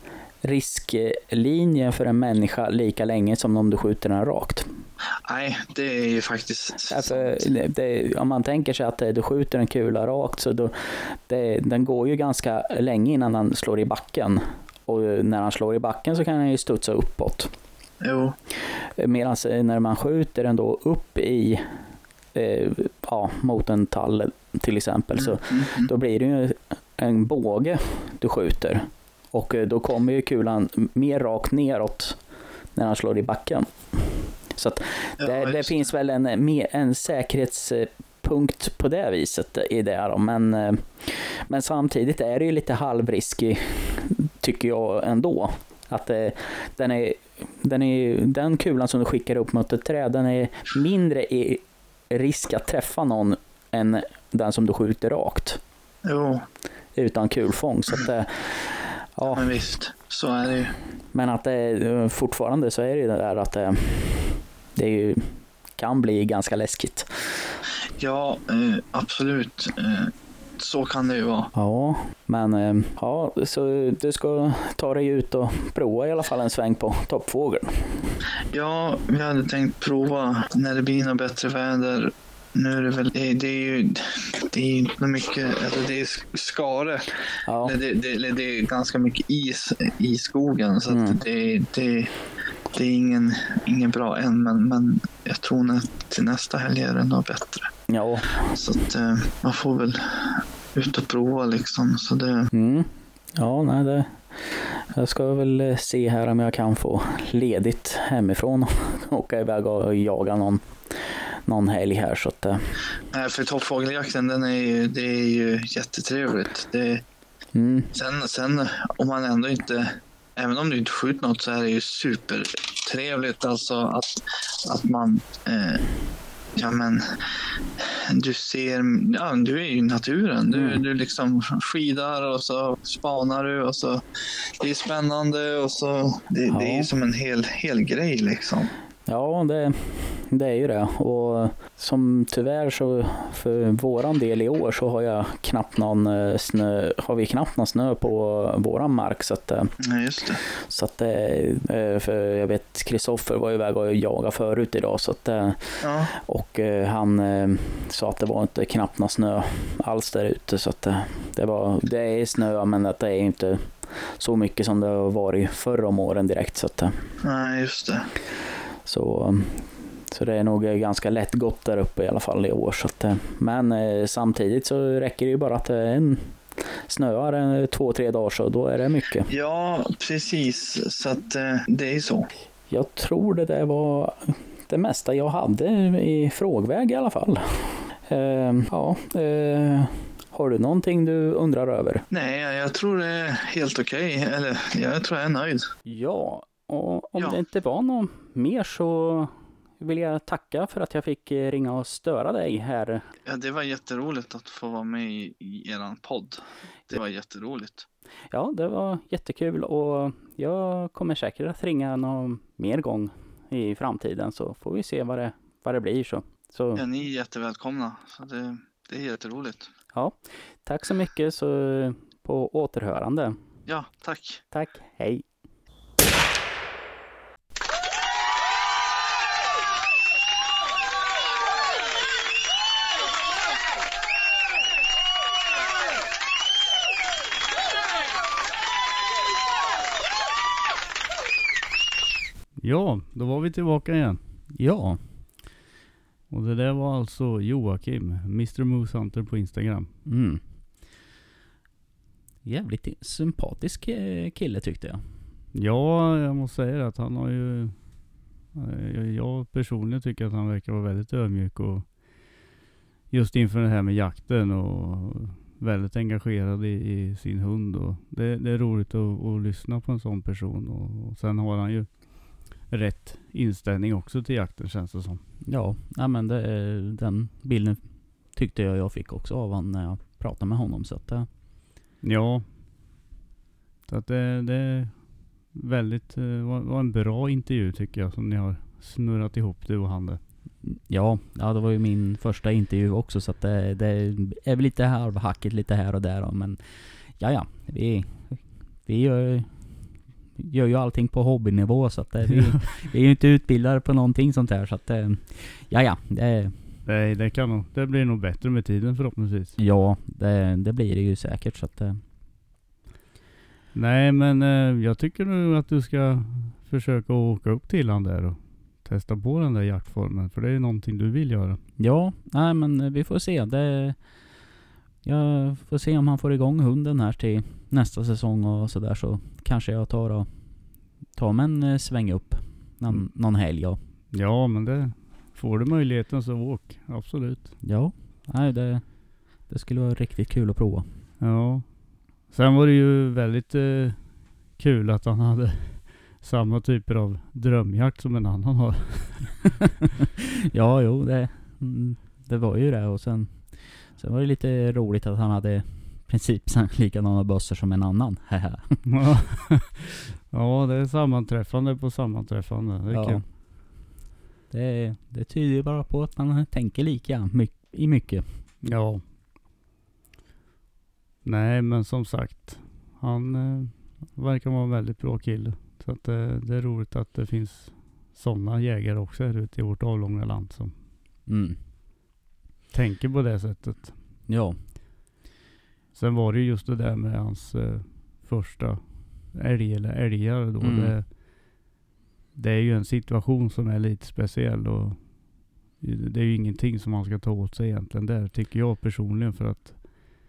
risklinjen för en människa lika länge som om du skjuter den rakt. nej, det är ju faktiskt Alltså, sant. det, det, om man tänker sig att eh, du skjuter en kula rakt så då, det, den går ju ganska länge innan den slår i backen. Och när han slår i backen så kan den ju studsa uppåt. Jo, Medan när man skjuter den då upp i eh, ja, mot en tall till exempel så mm, mm. då blir det ju en båge du skjuter. Och eh, då kommer ju kulan mer rakt neråt när han slår i backen. Så att Ja, det, det just finns väl en, mer- en säkerhetspunkt på det viset i det. Då. Men, eh, men samtidigt är det ju lite halvriskig, tycker jag ändå. Att eh, den, är, den, är, den kulan som du skickar upp mot ett träd, den är mindre i risk att träffa någon än den som du skjuter rakt Jo, utan kulfång. Så att, eh, ja, men visst, så är det ju. men att det, fortfarande så är det ju det där att det, det är ju, kan bli ganska läskigt. Ja, eh, absolut. Eh, så kan det ju vara. Ja, men eh, ja, så du ska ta dig ut och prova i alla fall en sväng på toppfågeln. Ja, vi hade tänkt prova när det blir något bättre väder. Nu är det väl, det, det är ju det är inte mycket, alltså det är skare. Ja, Det, det, det är ganska mycket is i skogen, så att Mm. det, det, det är ingen, ingen bra än, men, men jag tror att till nästa helg är det nog bättre. ja, Så att eh, man får väl ut och prova liksom. Så det... Mm. Ja, nej det... Jag ska väl se här om jag kan få ledigt hemifrån och åka iväg och jaga någon, någon helg här. Så att, äh... Nej, för toppfågeljakten, den är ju, det är ju jättetrevligt. Det, mm. sen, sen om man ändå inte, även om du inte skjuter något, så är det ju supertrevligt alltså att, att man eh, ja men du ser, ja du är ju i naturen, du, Mm. du liksom skidar och så spanar du och så det är spännande och så det, Ja. det är ju som en hel, hel grej liksom. Ja, det, det är ju det. Och som tyvärr så för våran del i år så har jag knappt någon snö, har vi knappt någon snö på våran mark. Så att, Ja, just det. så att för jag vet Kristoffer var iväg och jagade förut idag. Så att, Ja. och han sa att det var inte knappt någon snö alls där ute. Så att det, var, det är snö, men att det är inte så mycket som det har varit förr om åren direkt. Så att, Nej, just det. Så, så det är nog ganska lätt gott där uppe i alla fall i år. Så att, men eh, samtidigt så räcker det ju bara att en snöar en, två, tre dagar så då är det mycket. Ja, precis. Så att eh, det är ju så. Jag tror det där var det mesta jag hade i frågväg i alla fall. Eh, ja, eh, har du någonting du undrar över? Nej, jag tror det är helt okej. Eller jag tror jag är nöjd. Ja, och om Ja. det inte var något mer så vill jag tacka för att jag fick ringa och störa dig här. Ja, det var jätteroligt att få vara med i, i eran podd. Det var jätteroligt. Ja, det var jättekul och jag kommer säkert att ringa någon mer gång i framtiden så får vi se vad det, vad det blir. Så. Så, Ja, ni är jättevälkomna. Så det, det är jätteroligt. ja, tack så mycket så på återhörande. Ja, tack. Tack, hej. Ja, då var vi tillbaka igen. Ja, Och det där var alltså Joakim, mister Moose Hunter på Instagram. mm. Jävligt sympatisk eh, kille tyckte jag. Ja, jag måste säga det att han har ju... eh, Jag personligen tycker att han verkar vara väldigt ödmjuk och just inför det här med jakten och väldigt engagerad i, i sin hund. Och det, det är roligt att, att lyssna på en sån person. Och, och sen har han ju rätt inställning också till jakten, känns det som. Ja, ja men det, den bilden tyckte jag jag fick också av han när jag pratade med honom. Så att, eh, Ja. Så att det, det är väldigt, eh, var, var en bra intervju tycker jag som ni har snurrat ihop, du och han där. ja, ja, det var ju min första intervju också så att det, det är väl lite halvhackigt lite här och där. Men ja, ja, vi, vi gör, gör ju allting på hobbynivå så att det, vi, vi är ju inte utbildade på någonting sånt här så att eh, ja, ja, det, Nej, det kan nog, det blir nog bättre med tiden förhoppningsvis. ja, det, det blir det ju säkert så att eh, Nej, men eh, jag tycker nu att du ska försöka åka upp till han där och testa på den där jaktformen. För det är någonting du vill göra. ja, nej men vi får se. Det, jag får se om han får igång hunden här till nästa säsong och sådär så kanske jag tar och tar med en eh, sväng upp någon, Mm. någon helg. Ja, Ja, men det får du möjligheten så åk. Absolut. ja nej, det, det skulle vara riktigt kul att prova. Ja. Sen var det ju väldigt eh, kul att han hade samma typer av drömjakt som en annan har. Ja, jo, det, mm, det var ju det och sen, sen var det lite roligt att han hade i princip likadana bössor som en annan. Ja. Ja, det är sammanträffande på sammanträffande. Det är Ja. kul. Det, det tyder ju bara på att man tänker lika my- i mycket. Ja. Nej, men som sagt. Han eh, verkar vara en väldigt bra kille. Så att, eh, det är roligt att det finns sådana jägare också här ute i vårt avlånga land som Mm. tänker på det sättet. Ja, Sen var det ju just det där med hans eh, första älg eller älgar då. Mm. Det, det är ju en situation som är lite speciell och det är ju ingenting som man ska ta åt sig egentligen där, tycker jag personligen, för att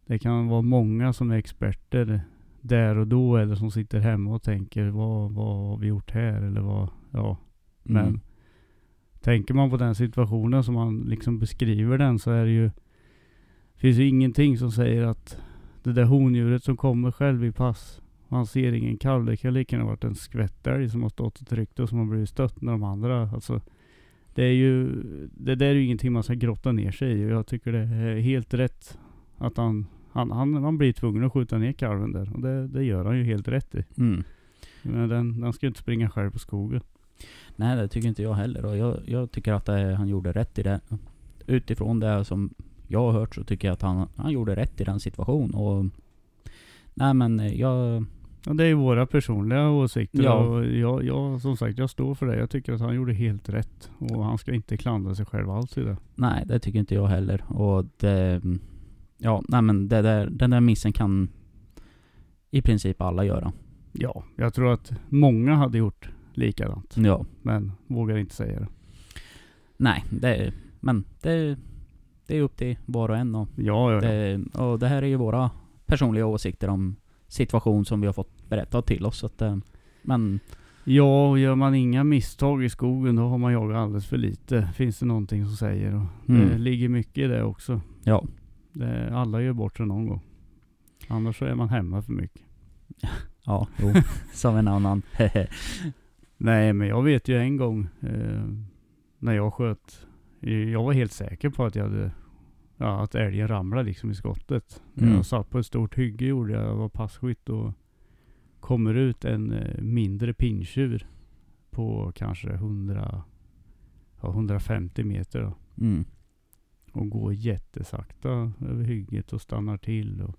det kan vara många som är experter där och då, eller som sitter hemma och tänker vad, vad har vi gjort här, eller vad, ja. Men Mm. tänker man på den situationen som man liksom beskriver den, så är det ju, finns ju ingenting som säger att det där hondjuret som kommer själv i pass, man ser ingen kalv, det kan lika gärna ha varit en skvättälg som har stått och tryckt och som har blivit stött när de andra, alltså det är ju, det där är ju ingenting man ska grotta ner sig i, och jag tycker det är helt rätt att han han, han, han blir tvungen att skjuta ner kalven där, och det, det gör han ju helt rätt i. Mm. Men den, den ska ju inte springa själv på skogen. Nej, det tycker inte jag heller. Och jag, jag tycker att det, han gjorde rätt i det. Utifrån det som jag har hört så tycker jag att han, han gjorde rätt i den situationen. Och nej, men jag... Ja, det är ju våra personliga åsikter. Ja. Och jag, jag, som sagt, jag står för det. Jag tycker att han gjorde helt rätt. Och han ska inte klandra sig själv alls i det. Nej, det tycker inte jag heller. Och det... Ja, nej men det där, den där missen kan i princip alla göra. Ja, jag tror att många hade gjort likadant. Ja. Men vågar inte säga det. Nej, det, men det, det är upp till var och en. Och Ja, ja, ja. det, och det här är ju våra personliga åsikter om situation som vi har fått berättat till oss. Så att, men... Ja, och gör man inga misstag i skogen, då har man jagat alldeles för lite. Finns det någonting som säger. Och Mm. det ligger mycket i det också. Ja. Det, alla gör bort sig någon gång. Annars så är man hemma för mycket. Ja, jo. Som en annan. Nej, men jag vet ju en gång eh, när jag sköt. Jag var helt säker på att jag hade, ja, att älgen ramlade liksom i skottet. Mm. Jag satt på ett stort hygge, gjorde jag. Jag var passkytt och kommer ut en eh, mindre pinntjur på kanske hundra, ja, hundrafemtio meter då. Mm. Och går jättesakta över hygget och stannar till. Och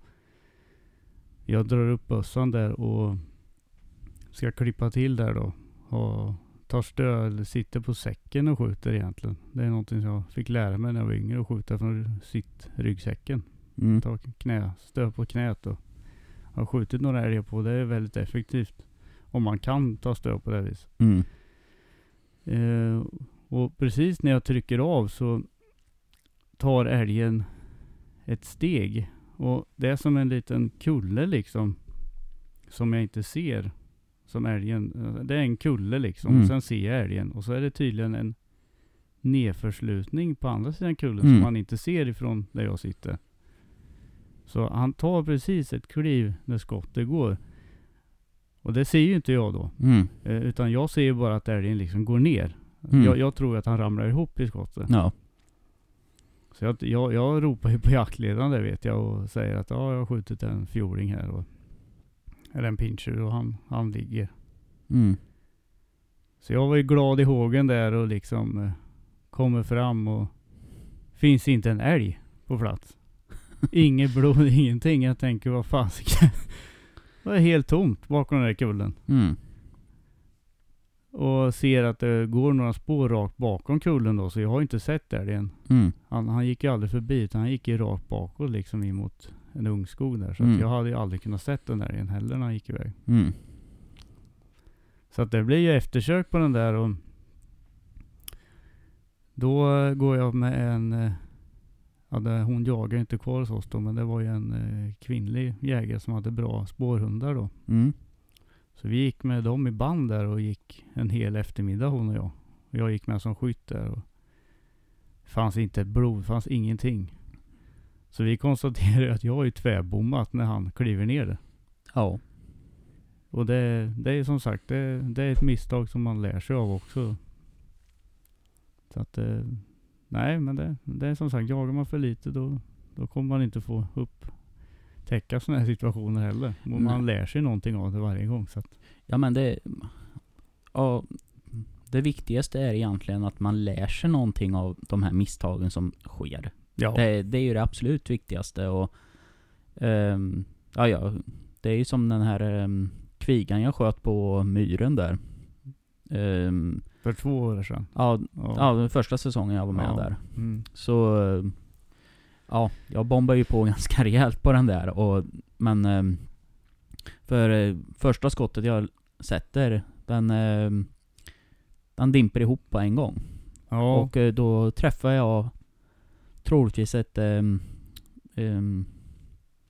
jag drar upp bössan där och ska klippa till där då. Och tar stöd eller sitter på säcken och skjuter egentligen. Det är någonting som jag fick lära mig när jag var yngre, att skjuta från sitt ryggsäcken. Mm. Ta knä, stöd på knät och jag har skjutit några älgar på. Det är väldigt effektivt. Om man kan ta stöd på det viset. Mm. Eh, och precis när jag trycker av så tar älgen ett steg. Och det är som en liten kulle liksom. Som jag inte ser. Som älgen. Det är en kulle liksom. Mm. Och sen ser jag älgen. Och så är det tydligen en nedförslutning på andra sidan kullen. Mm. Som man inte ser ifrån där jag sitter. Så han tar precis ett kliv när skottet går. Och det ser ju inte jag då. Mm. Eh, utan jag ser ju bara att älgen liksom går ner. Mm. Jag, jag tror att han ramlar ihop i skottet. Ja. Så jag, jag, jag ropar ju på jaktledaren där, vet jag, och säger att ja, jag har skjutit en fjording här. Och, eller en pinntjur, och han, han ligger. Mm. Så jag var ju glad i hågen där och liksom eh, kommer fram och finns inte en älg på plats. Inget blod, ingenting. Jag tänker, vad fan. Det är helt tomt bakom den där kullen. Mm. Och ser att det går några spår rakt bakom kullen då. Så jag har inte sett älgen. Mm. Han, han gick ju aldrig förbi, utan han gick ju rakt bakåt liksom emot en ungskog där. Så Mm. att jag hade ju aldrig kunnat sett den där igen heller när han gick iväg. Mm. Så att det blir ju eftersök på den där, och då eh, går jag med en, eh, ja, det, hon jagar inte kvar hos oss då, men det var ju en eh, kvinnlig jägare som hade bra spårhundar då. Mm. Så vi gick med dem i band där och gick en hel eftermiddag, hon och jag. Och jag gick med som skytt där och det fanns inte ett blod, det fanns ingenting. Så vi konstaterade att jag är tvärbommat när han kliver ner det. Ja. Och det, det är som sagt, det, det är ett misstag som man lär sig av också. Så att, eh, nej men det, det är som sagt, jagar man för lite då, då kommer man inte få upptäcka sådana här situationer heller. Och Nej. man lär sig någonting av det varje gång. Så att, Ja, men det... Ja, det viktigaste är egentligen att man lär sig någonting av de här misstagen som sker. ja. Det, det är ju det absolut viktigaste. Och, ehm, ja, ja, det är ju som den här um, kvigan jag sköt på myren där. Ehm, För två år sedan. ja, Ja. ja, den första säsongen jag var med Ja. där. Mm. Så eh, ja, jag bombar ju på ganska rejält på den där. Och, men eh, för eh, första skottet jag sätter, den, eh, den dimper ihop på en gång. Ja. Och eh, då träffar jag troligtvis ett eh, eh,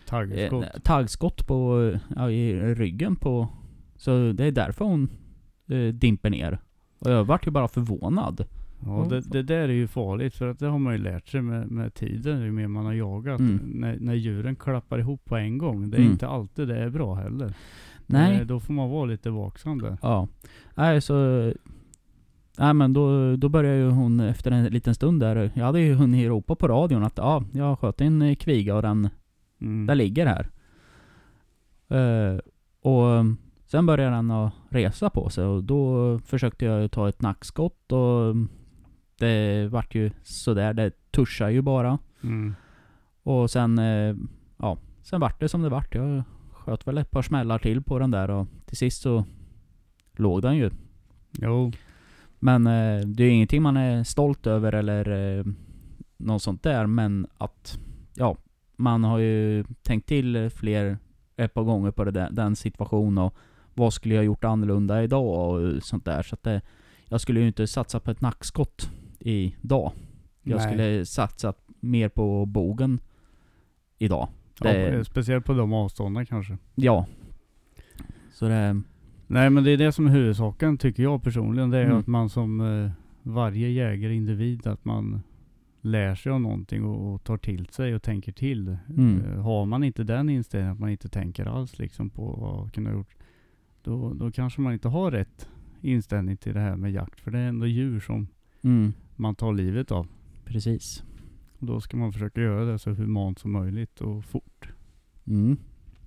Taggskott. eh, taggskott på, ja, i ryggen på. Så det är därför hon eh, dimper ner. Och jag vart ju bara förvånad. Ja, det, det där är ju farligt, för att det har man ju lärt sig med, med tiden, ju mer man har jagat. Mm. När, när djuren klappar ihop på en gång, det är Mm. inte alltid det är bra heller. Nej. Det, då får man vara lite vaksam där. Ja. Nej, så... Nej, men då, då började ju hon efter en liten stund där. Jag hade ju hunnit ropa på radion att ja, jag sköt en kviga och den, Mm. den ligger här. Uh, och sen började den att resa på sig och då försökte jag ta ett nackskott och det vart ju sådär, det tuschade ju bara. Mm. Och sen, uh, ja, sen vart det som det vart. Jag sköt väl ett par smällar till på den där och till sist så låg den ju. Jo. Men eh, det är ju ingenting man är stolt över eller eh, något sånt där. Men att, ja, man har ju tänkt till fler ett par gånger på det där, den situationen och vad skulle jag gjort annorlunda idag och sånt där. Så att det, jag skulle ju inte satsa på ett nackskott idag. Jag Nej. skulle satsa mer på bogen idag. Ja, Det, speciellt på de avstånden kanske. ja. Så det... Nej, men det är det som är huvudsaken, tycker jag personligen. Det är Mm. att man som eh, varje jägare individ, att man lär sig av någonting och, och tar till sig och tänker till. Mm. Eh, har man inte den inställningen, att man inte tänker alls liksom på vad man kunde ha gjort, då, då kanske man inte har rätt inställning till det här med jakt. För det är ändå djur som Mm, man tar livet av. precis. Och då ska man försöka göra det så humant som möjligt och fort. Mm.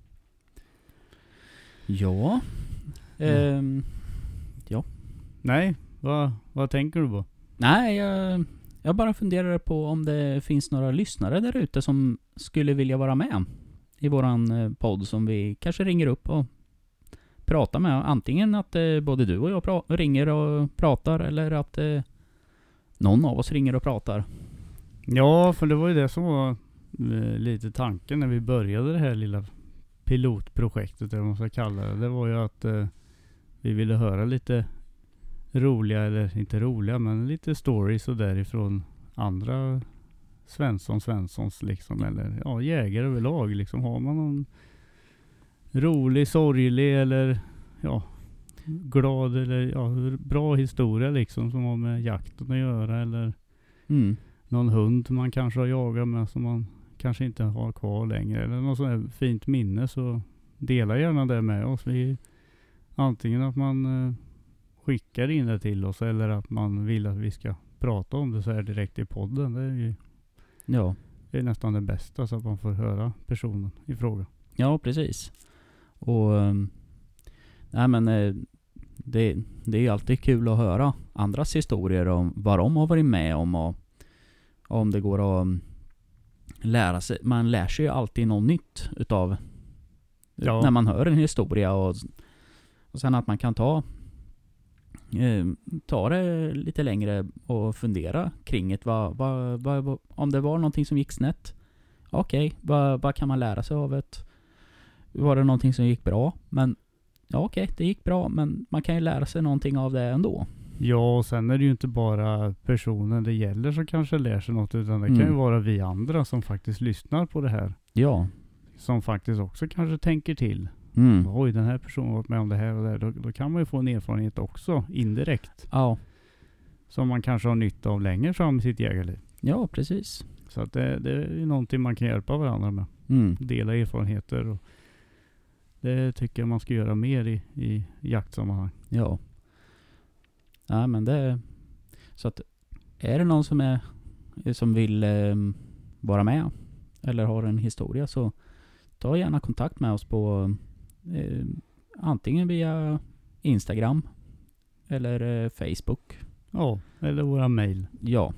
Ja. Ehm, Nej, vad, vad tänker du på? nej, jag, jag bara funderar på om det finns några lyssnare där ute som skulle vilja vara med i våran eh, podd som vi kanske ringer upp och pratar med. Antingen att eh, både du och jag pra- ringer och pratar eller att eh, någon av oss ringer och pratar. Ja, för det var ju det som var eh, lite tanken när vi började det här lilla pilotprojektet, eller vad man ska kalla det. Det var ju att eh, vi ville höra lite roliga, eller inte roliga, men lite stories och därifrån andra Svensson Svenssons liksom, eller ja, jägare överlag liksom. Har man någon rolig, sorglig eller ja, glad eller ja, bra historia liksom som har med jakten att göra, eller Mm. någon hund man kanske har jagat med som man kanske inte har kvar längre, eller något sånt här fint minne, så dela gärna det med oss. Vi, antingen att man eh, skickar in det till oss eller att man vill att vi ska prata om det så här direkt i podden. Det är ju Ja. det är nästan det bästa, så att man får höra personen i fråga. Ja, precis. Och um, nej men eh, det, det är ju alltid kul att höra andras historier om vad de har varit med om och om det går att um, lära sig. Man lär sig ju alltid något nytt utav Ja. när man hör en historia och, och sen att man kan ta eh, ta det lite längre och fundera kring det. Vad, vad, vad, vad, om det var någonting som gick snett, okej, okay, vad, vad kan man lära sig av det? Var det någonting som gick bra? Men ja, okej, okay, det gick bra, men man kan ju lära sig någonting av det ändå. Ja, och sen är det ju inte bara personen det gäller som kanske lär sig något, utan det kan Mm. ju vara vi andra som faktiskt lyssnar på det här. Ja. Som faktiskt också kanske tänker till. Mm. Oj, den här personen har varit med om det här och det här. Då, då kan man ju få en erfarenhet också, indirekt. Ja. Som man kanske har nytta av längre fram i sitt jägarliv. Ja, precis. Så att det, det är ju någonting man kan hjälpa varandra med. Mm. Dela erfarenheter. Och det tycker jag man ska göra mer i, i jaktsammanhang. Ja. Ja, men det... Så att är det någon som är som vill eh, vara med eller har en historia, så ta gärna kontakt med oss på eh, antingen via Instagram eller eh, Facebook. Ja, eller våra mejl. Ja.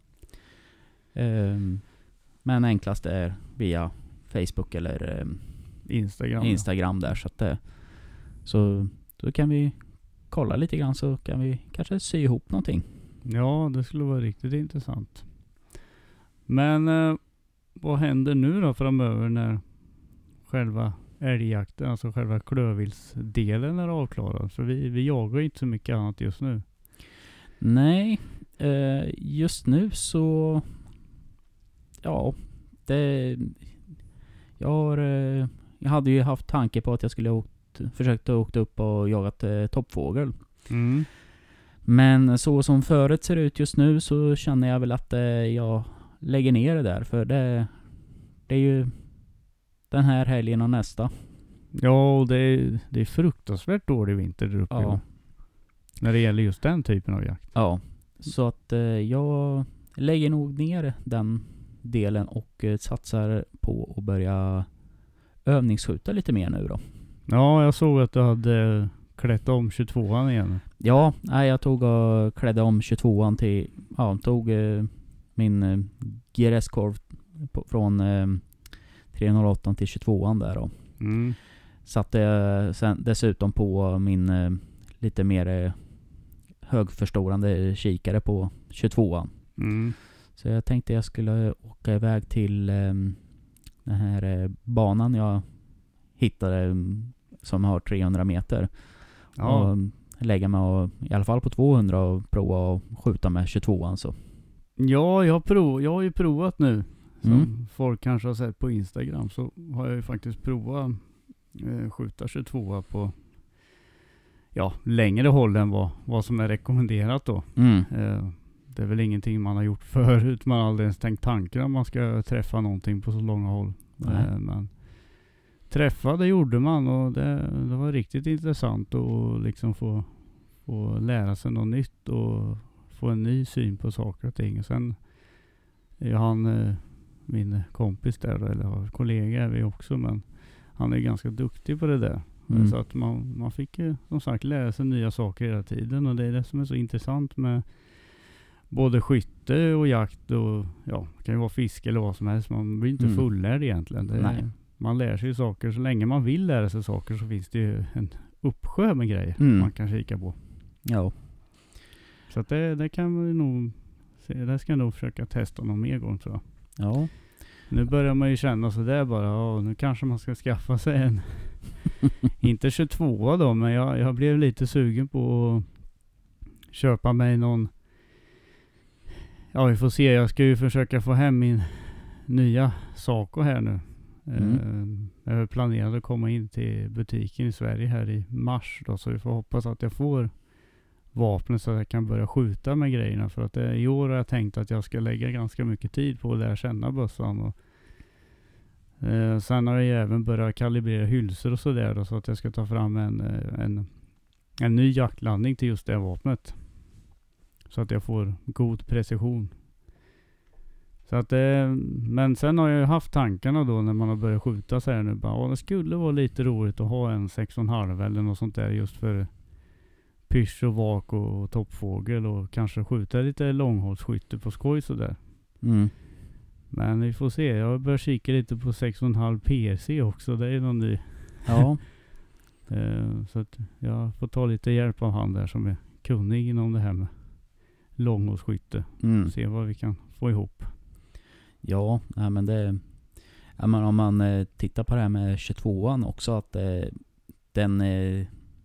Eh, men enklast är via Facebook eller eh, Instagram. Instagram där, så att det, så då kan vi kolla lite grann, så kan vi kanske sy ihop någonting. Ja, det skulle vara riktigt intressant. Men eh, vad händer nu då framöver när själva älgjakten, alltså själva klövvilsdelen är avklarad? För vi, vi jagar inte så mycket annat just nu. Nej, eh, just nu så ja, det Jag har... Eh, jag hade ju haft tanke på att jag skulle ha åkt, försökt åka upp och jagat eh, toppfågel. Mm. Men så som föret ser ut just nu så känner jag väl att eh, jag lägger ner det där. För det, det är ju den här helgen och nästa. Ja, och det är, det är fruktansvärt dålig vinter där uppe. Ja. När det gäller just den typen av jakt. Ja, så att eh, jag lägger nog ner den delen och eh, satsar på att börja övningsskjuta lite mer nu då. Ja, jag såg att du hade klätt om tjugotvåan igen. Ja, nej, jag tog och klädde om tjugotvåan till, ja, tog eh, min eh, G R S-korv på, från eh, tre noll åtta till tjugotvåan där då. Mm. Satte jag sen dessutom på min eh, lite mer eh, högförstorande kikare på tjugotvåan. Mm. Så jag tänkte jag skulle åka iväg till eh, den här eh, banan jag hittade eh, som har trehundra meter. Ja. Och lägga mig och, i alla fall på tvåhundra och prova att skjuta med tjugotvåan så. Ja, jag har, prov, jag har ju provat nu. Som Mm. folk kanske har sett på Instagram, så har jag ju faktiskt provat eh, skjuta tjugotvå på ja, längre håll än vad, vad som är rekommenderat då. Mm. Eh, det är väl ingenting man har gjort förut. Man har aldrig ens tänkt tanken om man ska träffa någonting på så långa håll. Eh, men träffa, det gjorde man och det, det var riktigt intressant att liksom få, få lära sig något nytt och få en ny syn på saker och ting. Och sen är han, eh, min kompis där, eller kollega är vi också, men han är ganska duktig på det där. Mm. Så att man, man fick ju som sagt lära sig nya saker hela tiden, och det är det som är så intressant med både skytte och jakt och ja, det kan ju vara fiske eller vad som helst. Man blir inte Mm. fullärd egentligen. Det, Nej. Man lär sig ju saker, så länge man vill lära sig saker så finns det ju en uppsjö med grejer Mm. man kan kika på. Ja. Så att det, det kan man ju nog se, det ska jag nog försöka testa någon mer gång, tror jag. Ja. Nu börjar man ju känna så där bara, ja, nu kanske man ska skaffa sig en inte tjugotvå då, men jag, jag blev lite sugen på att köpa mig någon. Ja, vi får se. Jag ska ju försöka få hem min nya Saco här nu. Mm. Eh, jag planerade att komma in till butiken i Sverige här i mars då, så vi får hoppas att jag får vapnet så att jag kan börja skjuta med grejerna, för att det, i år har jag tänkt att jag ska lägga ganska mycket tid på att lära känna bössan. Och Eh, sen har jag ju även börjat kalibrera hylsor och sådär då, så att jag ska ta fram en, en, en ny jaktlandning till just det vapnet. Så att jag får god precision. Så att, eh, men sen har jag ju haft tankarna då när man har börjat skjuta så här nu. Bara, det skulle vara lite roligt att ha en sex komma fem eller något sånt där just för pysch och vak och, och toppfågel, och kanske skjuta lite långhållsskytte på skoj sådär. Mm. Men vi får se. Jag börjar kika lite på sex komma fem P R C också. Det är någon ny. Ja. eh, så att jag får ta lite hjälp av han där som är kunnig inom det här med långhållsskytte. Mm. Se vad vi kan få ihop. Ja, nej, men det... Ja, men om man eh, tittar på det här med tjugotvåan också, att eh, den... Eh,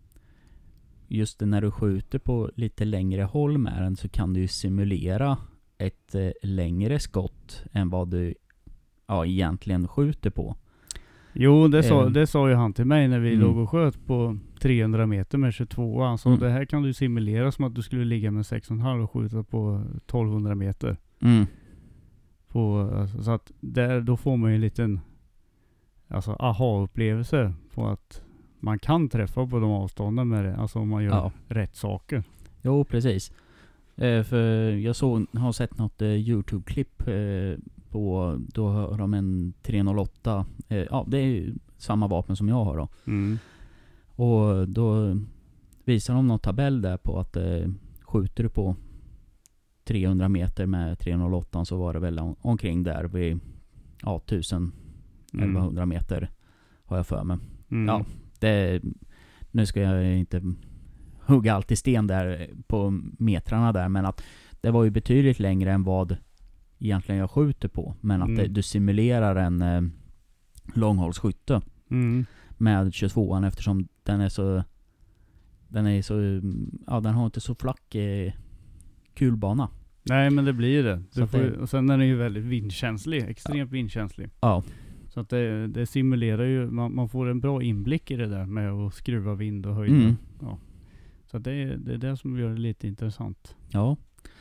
just när du skjuter på lite längre håll med den så kan du ju simulera ett eh, längre skott än vad du ja, egentligen skjuter på. Jo, det sa, Eh. det sa ju han till mig när vi Mm. låg och sköt på trehundra meter med tjugotvå. Han sa Mm. det här kan du simulera som att du skulle ligga med sex komma fem och skjuta på tolvhundra meter. Mm. På, alltså, så att där, då får man ju en liten alltså, aha-upplevelse på att man kan träffa på de avstånden med det. Alltså om man gör Ja. rätt saker. Jo, precis. Eh, för jag såg, har sett något eh, YouTube-klipp eh, på, då har de en tre noll åtta. Eh, ja, det är ju samma vapen som jag har då. Mm. Och då visar de någon tabell där på att eh, skjuter du på trehundra meter med tre noll åtta så var det väl om, omkring där vid ja, tusen elvahundra meter har jag för mig. Mm. Ja, det, nu ska jag inte hugga allt i sten där på metrarna där, men att det var ju betydligt längre än vad egentligen jag skjuter på, men att Mm. det, du simulerar en eh, långhållsskytte Mm. med tjugotvåan eftersom den är så den är så ja, den har inte så flack eh, kulbana. Nej, men det blir ju det. Så Du att får, det- ju- och sen är den ju väldigt vindkänslig. Extremt vindkänslig. Ja. Så att det, det simulerar ju, man, man får en bra inblick i det där med att skruva vind och höjd. Mm. Ja. Så att det, är, det är det som gör det lite intressant. Ja.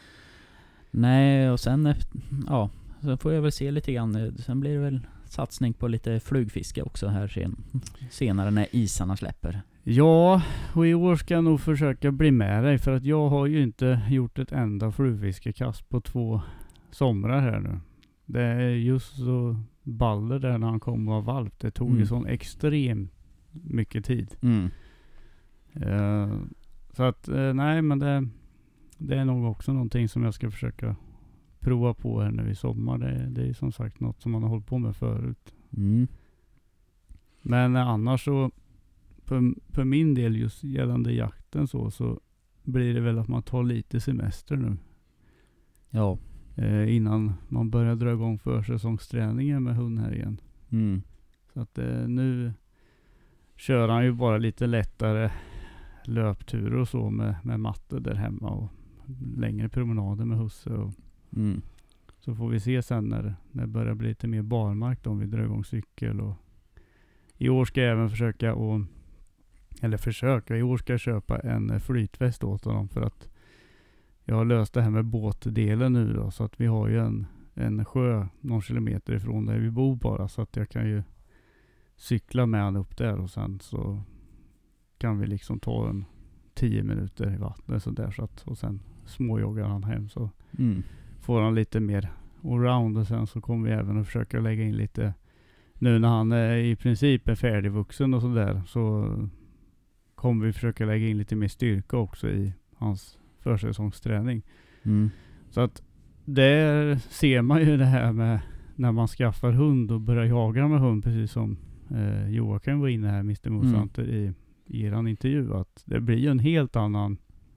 Nej, och sen efter, ja, så får jag väl se lite grann. Sen blir det väl satsning på lite flugfiske också här sen, senare när isarna släpper. Ja, och i år ska jag nog försöka bli med dig, för att jag har ju inte gjort ett enda flugfiskekast på två somrar här nu. Det är just så baller där när han kom och var valp. Det tog Mm. ju sån extremt mycket tid. Mm. Uh, så att, uh, nej men det, det är nog också någonting som jag ska försöka prova på här nu i sommar. Det, det är som sagt något som man har hållit på med förut. Mm. Men uh, annars så, för, för min del just gällande jakten så, så blir det väl att man tar lite semester nu. Ja. Uh, innan man börjar dra igång försäsongsträningen med hund här igen. Mm. Så att uh, nu kör han ju bara lite lättare löpturer och så med, med matte där hemma och längre promenader med husse. Och Mm. så får vi se sen när, när det börjar bli lite mer barmark om vi drar igång cykel. Och i år ska jag även försöka och, eller försöka, i år ska jag köpa en flytväst åt honom, för att jag har löst det här med båtdelen nu då, så att vi har ju en, en sjö någon kilometer ifrån där vi bor bara, så att jag kan ju cykla med han upp där och sen så kan vi liksom ta en tio minuter i vattnet så där, så att, och sen småjoggar han hem, så Mm. får han lite mer allround. Och sen så kommer vi även att försöka lägga in lite, nu när han är i princip är färdigvuxen och sådär, så kommer vi försöka lägga in lite mer styrka också i hans försäsongsträning. Mm. Så att där ser man ju det här med när man skaffar hund och börjar jaga med hund, precis som eh, Joakim var inne här, mister Mosanter, mm. i, i er intervju, att det blir ju en helt annan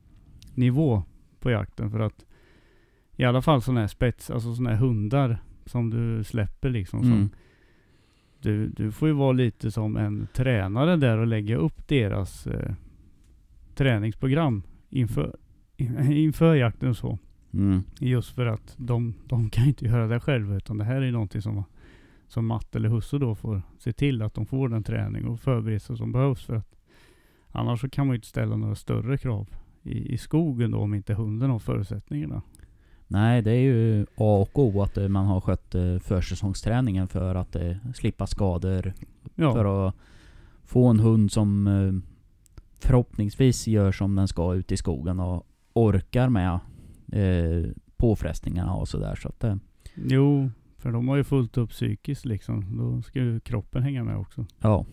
nivå på jakten, för att i alla fall sådana här spets, alltså sådana här hundar som du släpper liksom, Mm. som du, du får ju vara lite som en tränare där och lägga upp deras eh, träningsprogram inför, in, inför jakten och så. Mm. Just för att de, de kan inte göra det själva, utan det här är någonting som, som Matt eller husse då får se till att de får den träning och förberedelse som behövs, för att annars så kan man ju inte ställa några större krav i, i skogen då, om inte hunden har förutsättningarna. Nej, det är ju A och O att eh, man har skött eh, försäsongsträningen för att eh, slippa skador. Ja. För att få en hund som eh, förhoppningsvis gör som den ska ut i skogen och orkar med eh, påfrestningarna och sådär. Så att, eh, Jo, för de har ju fullt upp psykiskt liksom. Då ska ju kroppen hänga med också. ja.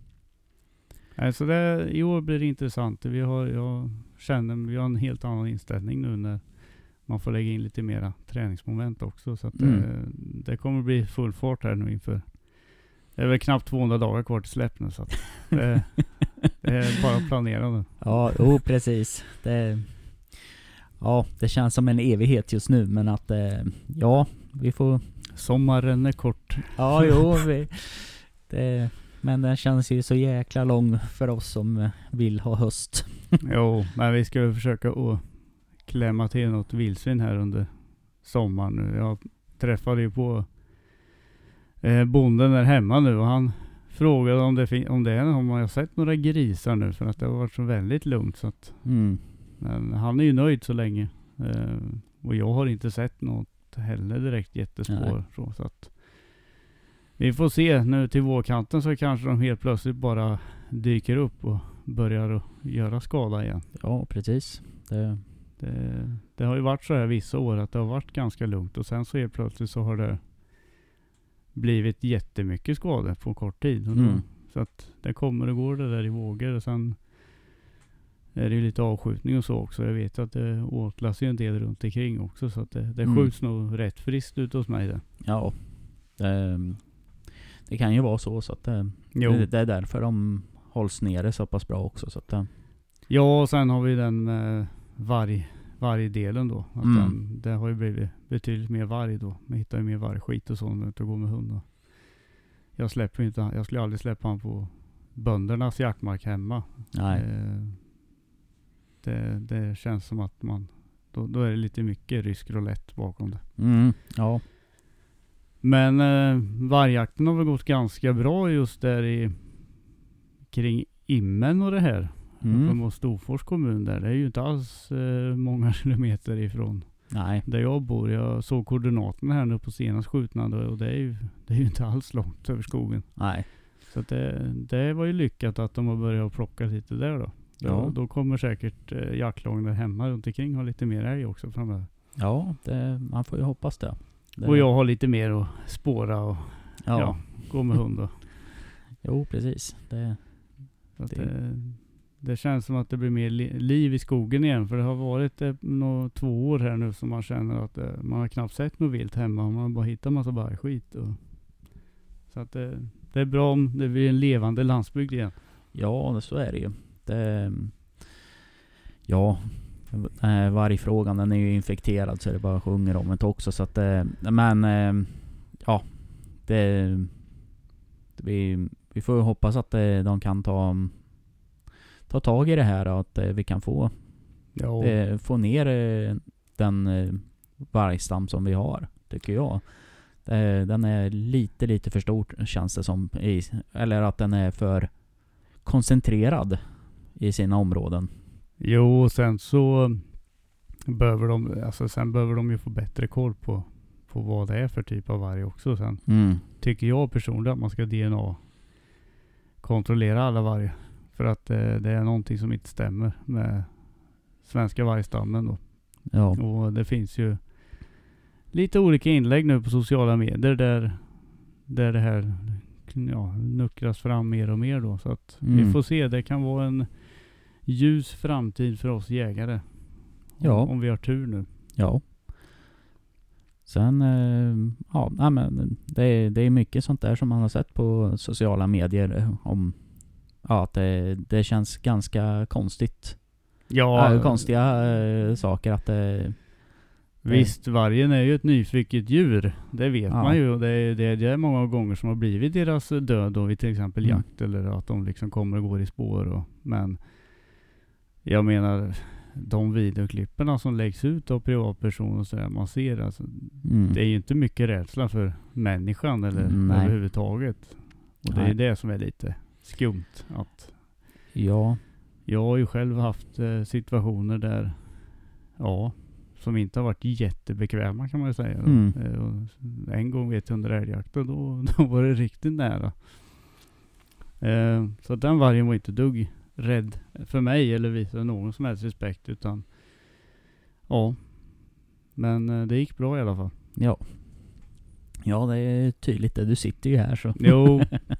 Alltså det, i år blir det intressant. Vi har, jag känner, vi har en helt annan inställning nu när man får lägga in lite mera träningsmoment också. Så att Mm. det, det kommer bli full fart här nu inför. Det är väl knappt tvåhundra dagar kvar till släpp nu, så att det, det är bara att planera nu. Ja, jo, precis. Det, ja, det känns som en evighet just nu, men att eh, ja, vi får... Sommaren är kort. Ja, jo, vi, det, men den känns ju så jäkla lång för oss som vill ha höst. Jo, men vi ska väl försöka att klämma till något vildsvin här under sommaren nu. Jag träffade ju på eh, bonden där hemma nu, och han frågade om det, fin- om det är, om man har sett några grisar nu, för att det har varit så väldigt lugnt. Så att, Mm. men han är ju nöjd så länge. Eh, och jag har inte sett något heller direkt jättespår. Så, så att vi får se nu till vårkanten, så kanske de helt plötsligt bara dyker upp och börjar att göra skada igen. Ja, precis. Det, Det, det har ju varit så här vissa år att det har varit ganska lugnt, och sen så helt plötsligt så har det blivit jättemycket skador på kort tid. Och då, Mm. så att det kommer och går det där i vågor, och sen är det ju lite avskjutning och så också. Jag vet att det åtlas ju en del runt omkring också, så att det, det Mm. skjuts nog rätt friskt ut hos mig där. ja, det, det kan ju vara så, så att det, Jo. det, det är därför de hålls nere så pass bra också. Så att det, Ja, och sen har vi den med varg, vargdelen då. Att Mm. den, det har ju blivit betydligt mer varg då. Man hittar ju mer vargskit och sånt ute och går med hund. Och jag släpper ju inte, jag skulle aldrig släppa han på böndernas jaktmark hemma. nej. Eh, det, det känns som att man, då, då är det lite mycket rysk roulette bakom det. Mm. Ja. Men eh, vargjakten har väl gått ganska bra just där i kring Immen och det här. Mm. Uppe Storfors kommun där. Det är ju inte alls eh, många kilometer ifrån Nej. där jag bor. Jag såg koordinaterna här nu på senast skjutnande och det är ju, det är ju inte alls långt över skogen. Nej. Så att det, det var ju lyckat att de har börjat plocka lite där då. Ja. Då, då kommer säkert eh, jaktlagen där hemma runt omkring ha lite mer älg också framöver. Ja, det, man får ju hoppas det. det. Och jag har lite mer att spåra och Ja. ja, gå med hund då. Jo, precis. Det, Så att Det- det, det känns som att det blir mer li, liv i skogen igen. För det har varit eh, nå, två år här nu som man känner att eh, man har knappt sett något vilt hemma. Man har bara hittat massa vargskit. Och, så att det, det är bra om det blir en levande landsbygd igen. ja, det, så är det ju. Det, ja, äh, vargfrågan, den är ju infekterad så det bara sjunger om det också. Så att, eh, men eh, ja, det, vi, vi får ju hoppas att eh, de kan ta, ta tag i det här och att eh, vi kan få, Ja, eh, få ner eh, den eh, vargstam som vi har, tycker jag. Eh, den är lite, lite för stor känns det som. I, eller att den är för koncentrerad i sina områden. jo, och sen så behöver de, alltså sen behöver de ju få bättre koll på, på vad det är för typ av varg också. Sen Mm. tycker jag personligen att man ska D N A kontrollera alla vargar. För att eh, det är någonting som inte stämmer med svenska vargstammen då. Ja. Och det finns ju lite olika inlägg nu på sociala medier där, där det här ja, nuckras fram mer och mer då. Så att Mm. vi får se. Det kan vara en ljus framtid för oss jägare. Ja. Om, om vi har tur nu. Ja. Sen, eh, ja, nej, men det, är, det är mycket sånt där som man har sett på sociala medier eh, om, ja, att det, det känns ganska konstigt. Ja, Ja, konstiga eh, saker att det, visst, vargen är ju ett nyfiket djur. Det vet Ja. man ju. Det är, det, är, det är många gånger som har blivit deras död då vid till exempel Mm. jakt eller att de liksom kommer och går i spår. Och, men jag menar, de videoklipperna som läggs ut av privatpersoner och så där, man ser alltså, mm. det är ju inte mycket rädsla för människan eller Nej. överhuvudtaget. Och det är Nej. det som är lite skumt. Att Ja. jag har ju själv haft eh, situationer där, ja, som inte har varit jättebekväma kan man ju säga. då. Mm. Eh, och en gång vet jag under älgjakten, då, då var det riktigt nära. Eh, så den vargen var inte dugg rädd för mig eller visade någon som helst respekt, utan ja. Men eh, det gick bra i alla fall. Ja. Ja, det är tydligt det. Du sitter ju här så. Jo.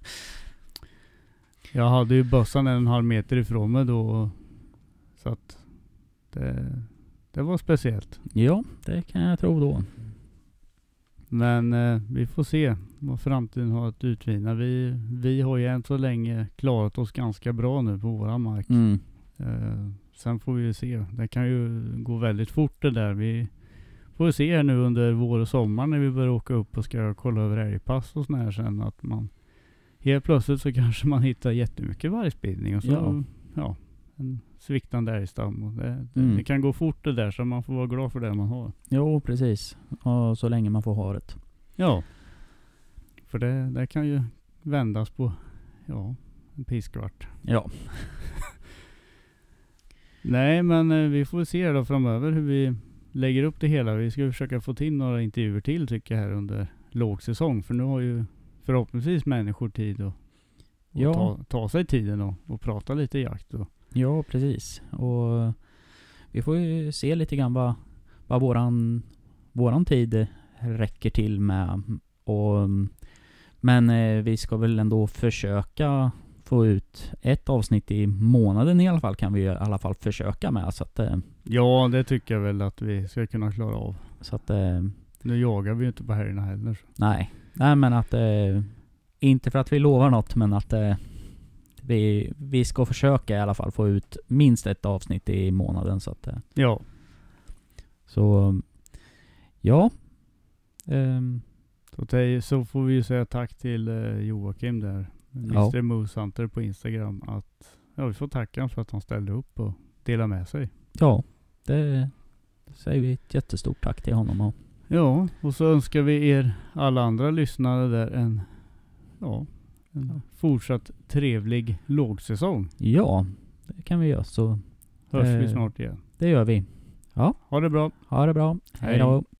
Jag hade ju bössan en och en halv meter ifrån mig då. Så att det, det var speciellt. Ja, det kan jag tro då. Men eh, vi får se vad framtiden har att utvina. Vi, vi har ju än så länge klarat oss ganska bra nu på våra mark. Mm. Eh, sen får vi ju se. Det kan ju gå väldigt fort det där. Vi får se här nu under vår och sommar när vi börjar åka upp och ska kolla över älgpass och sån här sen, att man helt plötsligt så kanske man hittar jättemycket vargspridning och så ja, Ja. en sviktande älgstam. Och det, det, Mm. det kan gå fort det där, så man får vara glad för det man har. Jo, precis. Och så länge man får ha det. Ja. För det, det kan ju vändas på ja, en piskvart. Ja. Nej, men eh, vi får se då framöver hur vi lägger upp det hela. Vi ska försöka få till några intervjuer till tycker jag här under lågsäsong. För nu har ju förhoppningsvis människor tid att, att Ja. ta, ta sig tiden och, och prata lite jakt. Och. Ja, precis. Och vi får ju se lite grann vad, vad våran, våran tid räcker till med. Och, men eh, vi ska väl ändå försöka få ut ett avsnitt i månaden i alla fall, kan vi i alla fall försöka med. Så att, eh, Ja, det tycker jag väl att vi ska kunna klara av. så att eh, Nu jagar vi ju inte på helgerna heller. Så. nej. Nej, men att eh, inte för att vi lovar något, men att eh, vi, vi ska försöka i alla fall få ut minst ett avsnitt i månaden. Så att eh, Ja, så ja. Ehm, så, det, så får vi ju säga tack till eh, Joakim där. Ja. mister Moose Hunter på Instagram. Att, ja, vi får tacka honom för att han ställde upp och delade med sig. Ja, det säger vi ett jättestort tack till honom. Och Ja, och så önskar vi er alla andra lyssnare där en, ja, en fortsatt trevlig lågsäsong. Ja, det kan vi göra. Så Hörs vi Eh. snart igen. det gör vi. Ha det bra. Ha det bra. Hej. Hej då.